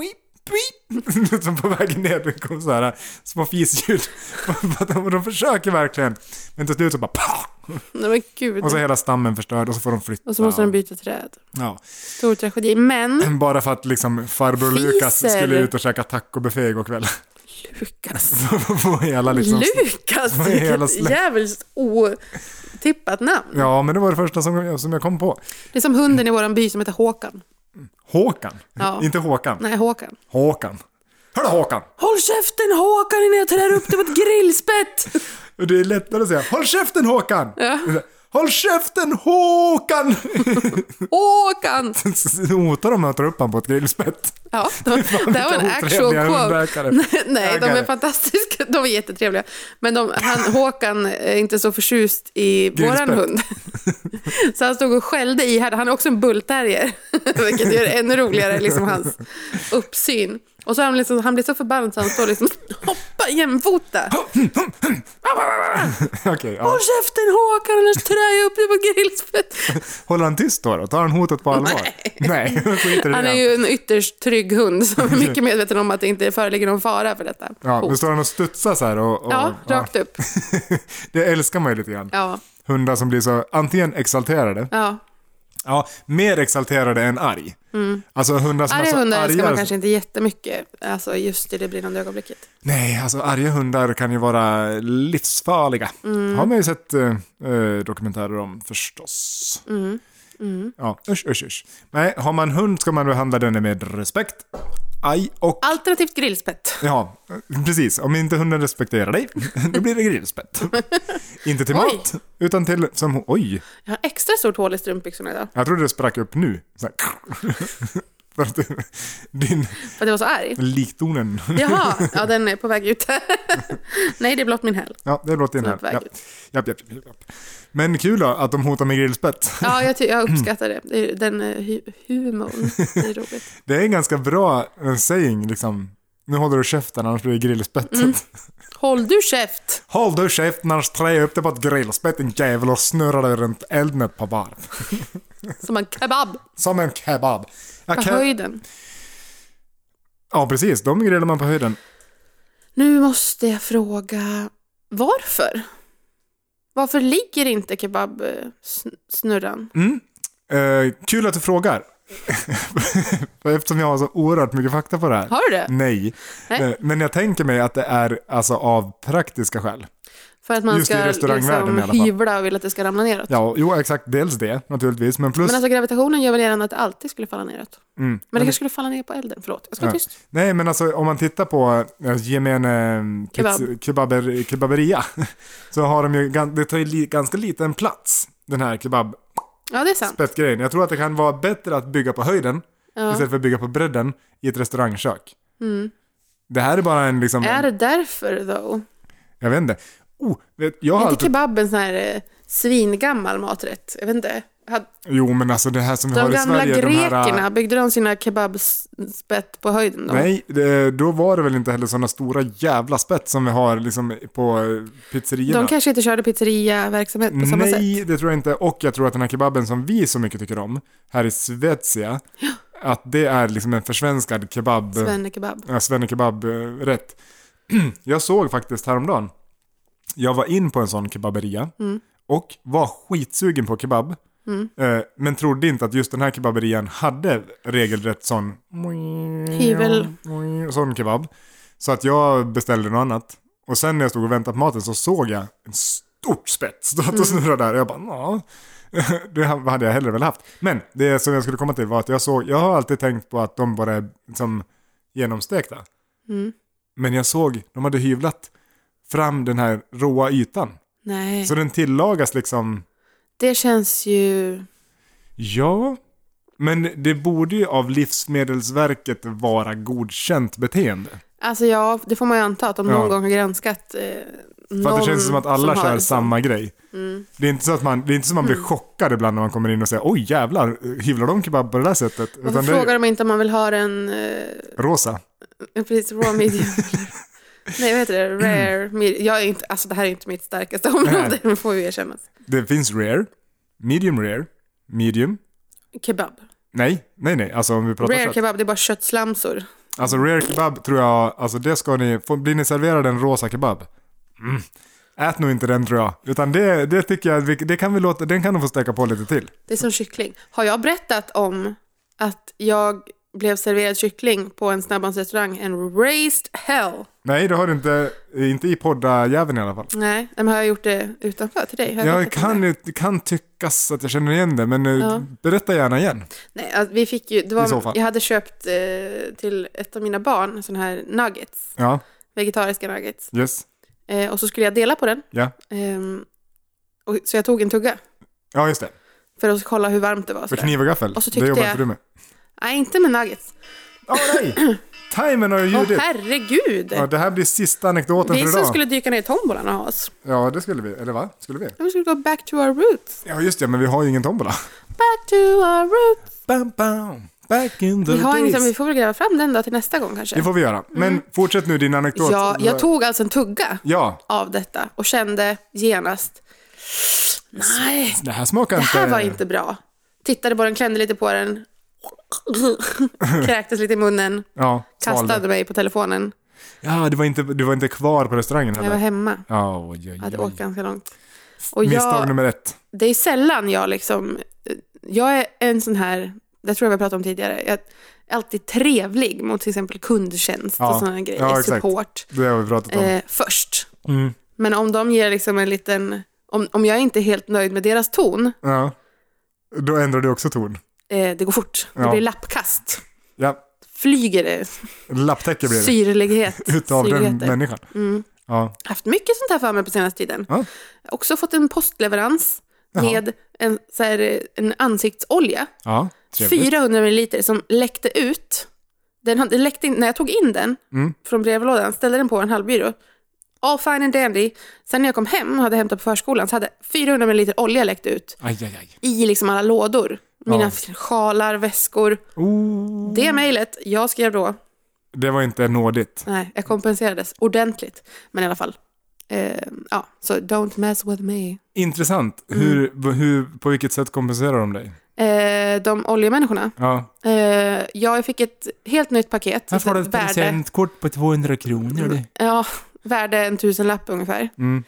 [SPEAKER 1] som på vägen ner, det kommer så här små fisljud. de, de försöker verkligen. Men till slut så bara...
[SPEAKER 2] Nej, men gud.
[SPEAKER 1] Och så hela stammen förstörd och så får de flytta.
[SPEAKER 2] Och så måste de byta träd.
[SPEAKER 1] Ja.
[SPEAKER 2] Stor tragedi. Men...
[SPEAKER 1] Bara för att liksom farbror Fiser. Lukas skulle ut och käka tacobuffé igår kväll.
[SPEAKER 2] Lukas.
[SPEAKER 1] på hela liksom...
[SPEAKER 2] Lukas! Vilket jävligt otippat namn.
[SPEAKER 1] Ja, men det var det första som, som jag kom på.
[SPEAKER 2] Det är som hunden i våran by som heter Håkan.
[SPEAKER 1] Håkan?
[SPEAKER 2] Ja.
[SPEAKER 1] Inte Håkan?
[SPEAKER 2] Nej, Håkan.
[SPEAKER 1] Håkan. Hörru Håkan!
[SPEAKER 2] Håll käften Håkan innan jag trär upp det på ett grillspett!
[SPEAKER 1] Det är lättare att säga, håll käften Håkan!
[SPEAKER 2] Ja.
[SPEAKER 1] Håll käften Håkan!
[SPEAKER 2] Håkan!
[SPEAKER 1] Så hotar de att ta upp han på ett grillspett.
[SPEAKER 2] Ja, de, det var en actual quote. Nej, nej de är fantastiska. De är jättetrevliga. Men de, han, Håkan är inte så förtjust i våran hund. Så han stod och skällde i här. Han är också en bullterrier. Vilket gör det ännu roligare, liksom hans uppsyn. Och så han, liksom, han blir så förbannad så han står liksom hoppa jämfota.
[SPEAKER 1] Okay, ja.
[SPEAKER 2] Håll käften Håkan, annars trär jag upp det på grillspett.
[SPEAKER 1] Håller han tyst då? Tar han hotet på allvar?
[SPEAKER 2] Nej.
[SPEAKER 1] Nej.
[SPEAKER 2] Han är ju en ytterst trygg hund som är mycket medveten om att det inte föreligger någon fara för detta.
[SPEAKER 1] Ja, men står han och studsar så här? Och, och,
[SPEAKER 2] ja, rakt
[SPEAKER 1] ja.
[SPEAKER 2] upp.
[SPEAKER 1] Det älskar man ju lite grann.
[SPEAKER 2] Ja.
[SPEAKER 1] Hundar som blir så antingen exalterade.
[SPEAKER 2] Ja.
[SPEAKER 1] Ja, mer exalterade än arg.
[SPEAKER 2] Mm.
[SPEAKER 1] Alltså hundar som
[SPEAKER 2] arga
[SPEAKER 1] är så
[SPEAKER 2] hundar
[SPEAKER 1] arga.
[SPEAKER 2] ska man kanske inte jättemycket, alltså just i det brinnande ögonblicket.
[SPEAKER 1] Nej, alltså arga hundar kan ju vara livsfarliga. Mm. Har man ju sett eh, dokumentärer om förstås.
[SPEAKER 2] Mm. Mm.
[SPEAKER 1] Ja, usch, usch, usch. Nej, har man hund ska man behandla den med respekt. Aj och...
[SPEAKER 2] Alternativt grillspett.
[SPEAKER 1] Ja, precis. Om inte hunden respekterar dig, då blir det grillspett. Inte till
[SPEAKER 2] Oj.
[SPEAKER 1] mat, utan till... Som, oj,
[SPEAKER 2] Jag har extra stort hål i strumpbyxorna idag.
[SPEAKER 1] jag trodde det sprack upp nu. Så här. För att din
[SPEAKER 2] För att jag var så arg.
[SPEAKER 1] liktonen.
[SPEAKER 2] Jaha, ja den är på väg ut. Nej, det är blott min häl.
[SPEAKER 1] Ja, det låter in
[SPEAKER 2] Som
[SPEAKER 1] här.
[SPEAKER 2] är på väg
[SPEAKER 1] Japp.
[SPEAKER 2] ut.
[SPEAKER 1] Japp, japp, japp, japp. Men kul då att de hotar med grillspett.
[SPEAKER 2] Ja, jag, ty- jag uppskattar det. det är, den eh, hu- humorn, det är roligt.
[SPEAKER 1] Det är en ganska bra en saying liksom. Nu håller du käften annars blir det grillspettet.
[SPEAKER 2] Mm. Håll du käft!
[SPEAKER 1] Håll du käften annars trär jag upp det på ett grillspett en jävel och snurrar dig runt elden ett par varv.
[SPEAKER 2] Som en kebab.
[SPEAKER 1] Som en kebab. Ja,
[SPEAKER 2] På
[SPEAKER 1] ke-
[SPEAKER 2] höjden.
[SPEAKER 1] ja, precis. De grillar man på höjden.
[SPEAKER 2] Nu måste jag fråga, varför? Varför ligger inte kebabsnurran?
[SPEAKER 1] Mm. Eh, kul att du frågar. Eftersom jag har så oerhört mycket fakta på det här.
[SPEAKER 2] Har du det?
[SPEAKER 1] Nej.
[SPEAKER 2] Nej.
[SPEAKER 1] Eh, men jag tänker mig att det är alltså av praktiska skäl.
[SPEAKER 2] För att man
[SPEAKER 1] Just i
[SPEAKER 2] ska
[SPEAKER 1] restaurangvärlden i alla
[SPEAKER 2] liksom
[SPEAKER 1] fall.
[SPEAKER 2] hyvla och vill att det ska ramla neråt.
[SPEAKER 1] Ja, jo exakt. Dels det naturligtvis. Men plus...
[SPEAKER 2] Men alltså gravitationen gör väl redan att det alltid skulle falla neråt.
[SPEAKER 1] mm.
[SPEAKER 2] Men det kanske skulle falla ner på elden. Förlåt, jag ska vara
[SPEAKER 1] Ja.
[SPEAKER 2] tyst.
[SPEAKER 1] Nej, men alltså om man tittar på äh, gemene
[SPEAKER 2] Kebab.
[SPEAKER 1] pizz- kebaber, kebaberia så har de ju, gan- det tar ju li, ganska liten plats, den här kebab
[SPEAKER 2] Ja, det är sant.
[SPEAKER 1] spettgrejen. Jag tror att det kan vara bättre att bygga på höjden
[SPEAKER 2] Ja.
[SPEAKER 1] istället för att bygga på bredden i ett restaurangkök.
[SPEAKER 2] Mm.
[SPEAKER 1] Det här är bara en liksom...
[SPEAKER 2] Är det därför då?
[SPEAKER 1] Jag vet inte. Oh, vet, jag har
[SPEAKER 2] Är inte
[SPEAKER 1] alltid...
[SPEAKER 2] kebab en sån här eh, svingammal maträtt? Jag vet inte. Had,
[SPEAKER 1] Jo, men alltså det här som vi
[SPEAKER 2] de
[SPEAKER 1] har i
[SPEAKER 2] gamla
[SPEAKER 1] Sverige...
[SPEAKER 2] grekerna,
[SPEAKER 1] De här,
[SPEAKER 2] byggde de sina kebabspett på höjden då?
[SPEAKER 1] nej, det, då var det väl inte heller sådana stora jävla spett som vi har liksom på eh, pizzerierna.
[SPEAKER 2] De kanske inte körde pizzeria-verksamhet på samma sätt.
[SPEAKER 1] Nej, det tror jag inte. Och jag tror att den här kebaben som vi så mycket tycker om här i Svezia, att det är liksom en försvenskad kebab,
[SPEAKER 2] Svennekebab.
[SPEAKER 1] ja, svennekebab-rätt. Jag såg faktiskt häromdagen, jag var in på en sån kebaberia
[SPEAKER 2] Mm.
[SPEAKER 1] och var skitsugen på kebab.
[SPEAKER 2] Mm.
[SPEAKER 1] Eh, men trodde inte att just den här kebaberian hade regelrätt sån
[SPEAKER 2] Hyvel.
[SPEAKER 1] sån kebab. Så att jag beställde något annat. Och sen när jag stod och väntade på maten så såg jag en stort spett stå och snurra där. Och jag bara, ja, det hade jag hellre väl haft. Men det som jag skulle komma till var att jag såg, jag har alltid tänkt på att de bara är som genomstekta.
[SPEAKER 2] Mm.
[SPEAKER 1] Men jag såg, de hade hyvlat fram den här råa ytan.
[SPEAKER 2] Nej,
[SPEAKER 1] Så den tillagas liksom,
[SPEAKER 2] det känns ju...
[SPEAKER 1] ja, men det borde ju av Livsmedelsverket vara godkänt beteende.
[SPEAKER 2] Alltså ja, det får man ju anta att de någon
[SPEAKER 1] Ja.
[SPEAKER 2] gång har granskat eh,
[SPEAKER 1] För
[SPEAKER 2] någon
[SPEAKER 1] att det känns som att alla
[SPEAKER 2] som har
[SPEAKER 1] kör
[SPEAKER 2] en sån.
[SPEAKER 1] samma grej.
[SPEAKER 2] Mm.
[SPEAKER 1] Det är inte så att man, det är inte som man blir chockad ibland när man kommer in och säger oj jävlar, hyvlar de kebab på det där sättet?
[SPEAKER 2] Varför
[SPEAKER 1] Utan det
[SPEAKER 2] frågar
[SPEAKER 1] är
[SPEAKER 2] de inte om man vill ha en eh,
[SPEAKER 1] rosa.
[SPEAKER 2] precis, raw medium? Nej, vad heter det? Rare medium. Jag är inte, alltså det här är inte mitt starkaste område, det får ju erkännas.
[SPEAKER 1] Det finns rare, medium rare, medium.
[SPEAKER 2] Kebab.
[SPEAKER 1] Nej, nej, nej. Alltså om vi pratar
[SPEAKER 2] Rare
[SPEAKER 1] kött.
[SPEAKER 2] kebab, det är bara köttslamsor.
[SPEAKER 1] Alltså rare kebab tror jag, alltså det ska ni, får, blir ni serverade en rosa kebab? Mm. Ät nog inte den tror jag. Utan det, det tycker jag, vi- det kan vi låta, den kan de få steka på lite till.
[SPEAKER 2] Det är som kyckling. Har jag berättat om att jag blev serverad kyckling på en snabbmatsrestaurang, en raised hell?
[SPEAKER 1] Nej, det har du inte, inte i poddajäveln i alla fall.
[SPEAKER 2] Nej, men har jag gjort det utanför till dig? Har jag
[SPEAKER 1] Jag
[SPEAKER 2] berättat om
[SPEAKER 1] kan,
[SPEAKER 2] det?
[SPEAKER 1] det kan tyckas att jag känner igen det, men eh,
[SPEAKER 2] Ja.
[SPEAKER 1] berätta gärna igen.
[SPEAKER 2] Nej, alltså, vi fick ju, det
[SPEAKER 1] I så
[SPEAKER 2] var,
[SPEAKER 1] fall.
[SPEAKER 2] jag hade köpt eh, till ett av mina barn sån här nuggets,
[SPEAKER 1] Ja,
[SPEAKER 2] vegetariska nuggets.
[SPEAKER 1] yes,
[SPEAKER 2] Eh, och så skulle jag dela på den.
[SPEAKER 1] ja.
[SPEAKER 2] Ehm, och, så jag tog en tugga
[SPEAKER 1] Ja, just det.
[SPEAKER 2] för att kolla hur varmt det var.
[SPEAKER 1] För
[SPEAKER 2] sådär.
[SPEAKER 1] kniv och gaffel,
[SPEAKER 2] Och så
[SPEAKER 1] det
[SPEAKER 2] tyckte
[SPEAKER 1] jobbar
[SPEAKER 2] jag-
[SPEAKER 1] inte du med.
[SPEAKER 2] Nej, inte med nuggets.
[SPEAKER 1] Åh nej! Timern har ju
[SPEAKER 2] Åh
[SPEAKER 1] ljudit.
[SPEAKER 2] herregud!
[SPEAKER 1] Ja, det här blir sista anekdoten
[SPEAKER 2] Vi
[SPEAKER 1] för
[SPEAKER 2] som
[SPEAKER 1] idag.
[SPEAKER 2] skulle dyka ner i tombolan och ha oss.
[SPEAKER 1] Ja, det skulle vi. Eller va? Skulle vi?
[SPEAKER 2] Vi skulle gå back to our roots.
[SPEAKER 1] Ja, just det, men vi har ju ingen tombola.
[SPEAKER 2] Back to our roots.
[SPEAKER 1] Bam, bam. Back in the
[SPEAKER 2] Vi, har
[SPEAKER 1] days.
[SPEAKER 2] liksom, vi får väl gräva fram den då till nästa gång kanske.
[SPEAKER 1] Det får vi göra. Men fortsätt nu din anekdot.
[SPEAKER 2] Ja, jag tog alltså en tugga
[SPEAKER 1] Ja,
[SPEAKER 2] av detta och kände genast, nej,
[SPEAKER 1] det här smakar
[SPEAKER 2] det
[SPEAKER 1] inte...
[SPEAKER 2] här var inte bra. Tittade på den, klämde lite på den, kräktes lite i munnen,
[SPEAKER 1] Ja,
[SPEAKER 2] kastade
[SPEAKER 1] svalde.
[SPEAKER 2] mig på telefonen.
[SPEAKER 1] Ja, du var, inte, du var inte kvar på restaurangen
[SPEAKER 2] Jag var
[SPEAKER 1] heller.
[SPEAKER 2] hemma,
[SPEAKER 1] Ja, oj, oj,
[SPEAKER 2] jag hade
[SPEAKER 1] oj.
[SPEAKER 2] åkt ganska långt. Och
[SPEAKER 1] Misstag
[SPEAKER 2] jag,
[SPEAKER 1] nummer ett.
[SPEAKER 2] det är sällan jag liksom eh, jag är en sån här, det tror jag vi har pratat om tidigare, jag är alltid trevlig mot till exempel kundtjänst
[SPEAKER 1] ja.
[SPEAKER 2] och sådana grejer,
[SPEAKER 1] ja,
[SPEAKER 2] support.
[SPEAKER 1] Det har vi pratat om.
[SPEAKER 2] Eh, först.
[SPEAKER 1] Mm.
[SPEAKER 2] Men om de ger liksom en liten, om, om jag är inte helt nöjd med deras ton,
[SPEAKER 1] ja. Då ändrar du också ton.
[SPEAKER 2] Eh, det går fort, det
[SPEAKER 1] ja.
[SPEAKER 2] blir lappkast.
[SPEAKER 1] Ja.
[SPEAKER 2] Flyger det.
[SPEAKER 1] Lapptäcke blir det.
[SPEAKER 2] Syrlighet.
[SPEAKER 1] Utav den människan.
[SPEAKER 2] Mm.
[SPEAKER 1] Ja.
[SPEAKER 2] Haft mycket sånt här för mig på senaste tiden.
[SPEAKER 1] Ja.
[SPEAKER 2] Också fått en postleverans
[SPEAKER 1] Jaha.
[SPEAKER 2] med en, så här, en ansiktsolja.
[SPEAKER 1] Ja, trevligt.
[SPEAKER 2] fyrahundra milliliter som läckte ut. Den hade läckt in, när jag tog in den
[SPEAKER 1] mm.
[SPEAKER 2] från brevlådan, ställde den på en halvbyrå. All fine and dandy. Sen när jag kom hem och hade hämtat på förskolan så hade fyrahundra milliliter olja läckt ut.
[SPEAKER 1] Aj, aj, aj.
[SPEAKER 2] I liksom alla lådor. Mina
[SPEAKER 1] ja.
[SPEAKER 2] sjalar, väskor.
[SPEAKER 1] Oh.
[SPEAKER 2] Det mejlet jag skrev då.
[SPEAKER 1] Det var inte nådigt.
[SPEAKER 2] Nej, jag kompenserades ordentligt. Men i alla fall. Eh, ja, så don't mess with me.
[SPEAKER 1] Intressant. Mm. Hur, hur, på vilket sätt kompenserar de dig?
[SPEAKER 2] Eh, de oljemänniskorna.
[SPEAKER 1] Ja.
[SPEAKER 2] Eh, jag fick ett helt nytt paket.
[SPEAKER 1] Här får du ett presentkort på tvåhundra kronor. Mm.
[SPEAKER 2] Ja, värde en tusenlapp ungefär.
[SPEAKER 1] Mm.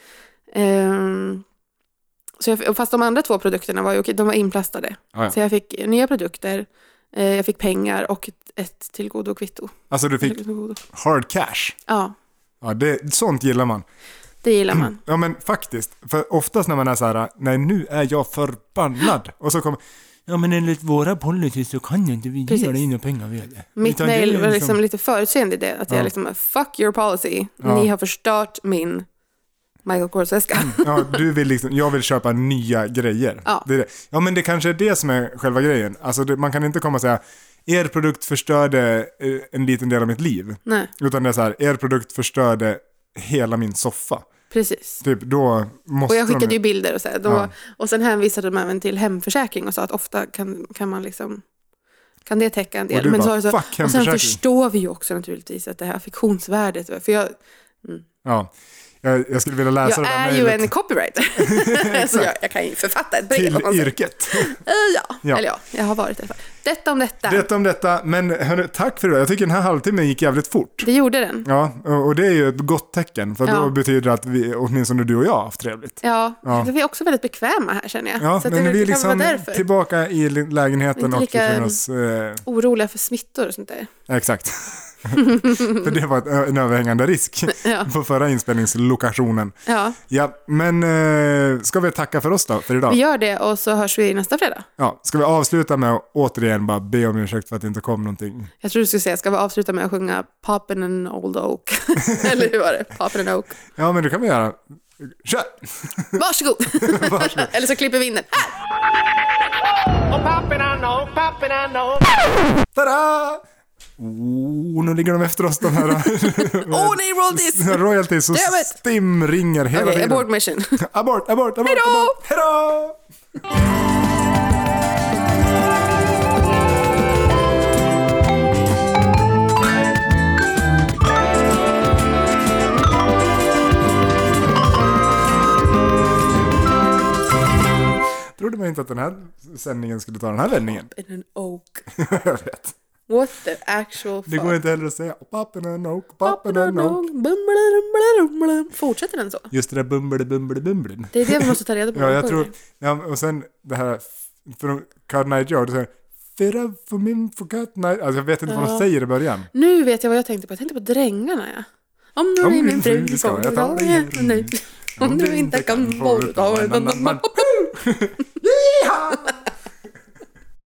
[SPEAKER 2] Eh, så jag, fast de andra två produkterna var ju okej, de var inplastade. Ah, ja. Så jag fick nya produkter, eh, jag fick pengar och ett, ett tillgodo kvitto.
[SPEAKER 1] Alltså du fick hard cash?
[SPEAKER 2] Ja.
[SPEAKER 1] Ja, det, sånt gillar man.
[SPEAKER 2] Det gillar man.
[SPEAKER 1] Ja, men faktiskt. För oftast när man är så här, nej nu är jag förbannad. Och så kommer, ja men enligt våra policy så kan ju inte vi ge dig in pengar med det.
[SPEAKER 2] Mitt mail liksom... var liksom lite förutseende i det. Att ja. jag liksom, fuck your policy. Ja. Ni har förstört min Michael Kors-väska.
[SPEAKER 1] Ja, du vill liksom, jag vill köpa nya grejer.
[SPEAKER 2] Ja.
[SPEAKER 1] Det är det. Ja, men det kanske är det som är själva grejen. Alltså det, man kan inte komma och säga, er produkt förstörde en liten del av mitt liv.
[SPEAKER 2] Nej.
[SPEAKER 1] Utan det är så här, er produkt förstörde hela min soffa.
[SPEAKER 2] Precis.
[SPEAKER 1] Typ, då måste
[SPEAKER 2] och jag skickade
[SPEAKER 1] de...
[SPEAKER 2] ju bilder och så här, då,
[SPEAKER 1] ja.
[SPEAKER 2] och sen hänvisade de även till hemförsäkring och sa att ofta kan, kan man liksom kan det täcka en del.
[SPEAKER 1] Och,
[SPEAKER 2] men
[SPEAKER 1] bara,
[SPEAKER 2] så,
[SPEAKER 1] så,
[SPEAKER 2] och sen förstår vi ju också naturligtvis att det här affektionsvärdet, för jag mm.
[SPEAKER 1] ja. Jag, jag skulle vilja läsa
[SPEAKER 2] jag
[SPEAKER 1] det där
[SPEAKER 2] är
[SPEAKER 1] mejlet.
[SPEAKER 2] ju en copywriter. Så jag, jag kan ju författa ett brev.
[SPEAKER 1] Till yrket.
[SPEAKER 2] ja. ja, eller ja, jag har varit i alla fall. Detta om detta.
[SPEAKER 1] Detta om detta, men hörru, tack för det. Jag tycker den här halvtimmen gick jävligt fort.
[SPEAKER 2] Det gjorde den.
[SPEAKER 1] Ja, och det är ju ett gott tecken. För ja. Då betyder det att vi, åtminstone du och jag har haft trevligt.
[SPEAKER 2] Ja, ja. Vi är också väldigt bekväma här känner jag.
[SPEAKER 1] Ja,
[SPEAKER 2] så
[SPEAKER 1] men
[SPEAKER 2] det,
[SPEAKER 1] vi är liksom tillbaka i lägenheten och
[SPEAKER 2] lika
[SPEAKER 1] vi oss... Eh...
[SPEAKER 2] oroliga för smittor och sånt där.
[SPEAKER 1] Exakt. För det var en överhängande risk ja. På förra inspelningslokationen.
[SPEAKER 2] Ja.
[SPEAKER 1] Ja, men eh, ska vi tacka för oss då för idag?
[SPEAKER 2] Vi gör det och så hörs vi nästa fredag.
[SPEAKER 1] Ja, ska vi avsluta med att återigen bara be om ursäkt för att det inte kom någonting?
[SPEAKER 2] Jag tror du skulle säga, ska vi avsluta med att sjunga Poppin' an Old Oak? Eller hur var det? Poppin' an Oak.
[SPEAKER 1] Ja, men det kan vi göra. Kör!
[SPEAKER 2] Varsågod! Varsågod. Eller så klipper vi in den. Här!
[SPEAKER 3] Oh, poppin' an oak, poppin' an oak.
[SPEAKER 1] Tada! Oh, nu ligger de efter oss de här.
[SPEAKER 2] Åh oh, nej, royalties!
[SPEAKER 1] Royalties och Stim ringer hela
[SPEAKER 2] okay,
[SPEAKER 1] tiden.
[SPEAKER 2] Abort mission.
[SPEAKER 1] abort, abort, abort.
[SPEAKER 2] Hejdå!
[SPEAKER 1] Abort. Hejdå! Trodde man inte att den här sändningen skulle ta den här vändningen.
[SPEAKER 2] In an oak.
[SPEAKER 1] Jag vet.
[SPEAKER 2] What the actual fuck?
[SPEAKER 1] Det går inte heller att säga Poppin' an oak, poppin' an oak.
[SPEAKER 2] Fortsätter den så?
[SPEAKER 1] Just det där bumble bumble bumble.
[SPEAKER 2] Det är det vi måste ta reda på.
[SPEAKER 1] Ja, jag tror. Ja, och sen det här för Card Night Joe, det säger Fira för min för Cat Night. Alltså jag vet inte ja. Vad de säger i början.
[SPEAKER 2] Nu vet jag vad jag tänkte på. Jag tänkte på drängarna, ja. Om du är min fru,
[SPEAKER 1] ska jag ta dig.
[SPEAKER 2] Om du inte kan få ta en annan man.
[SPEAKER 1] Yeehaw!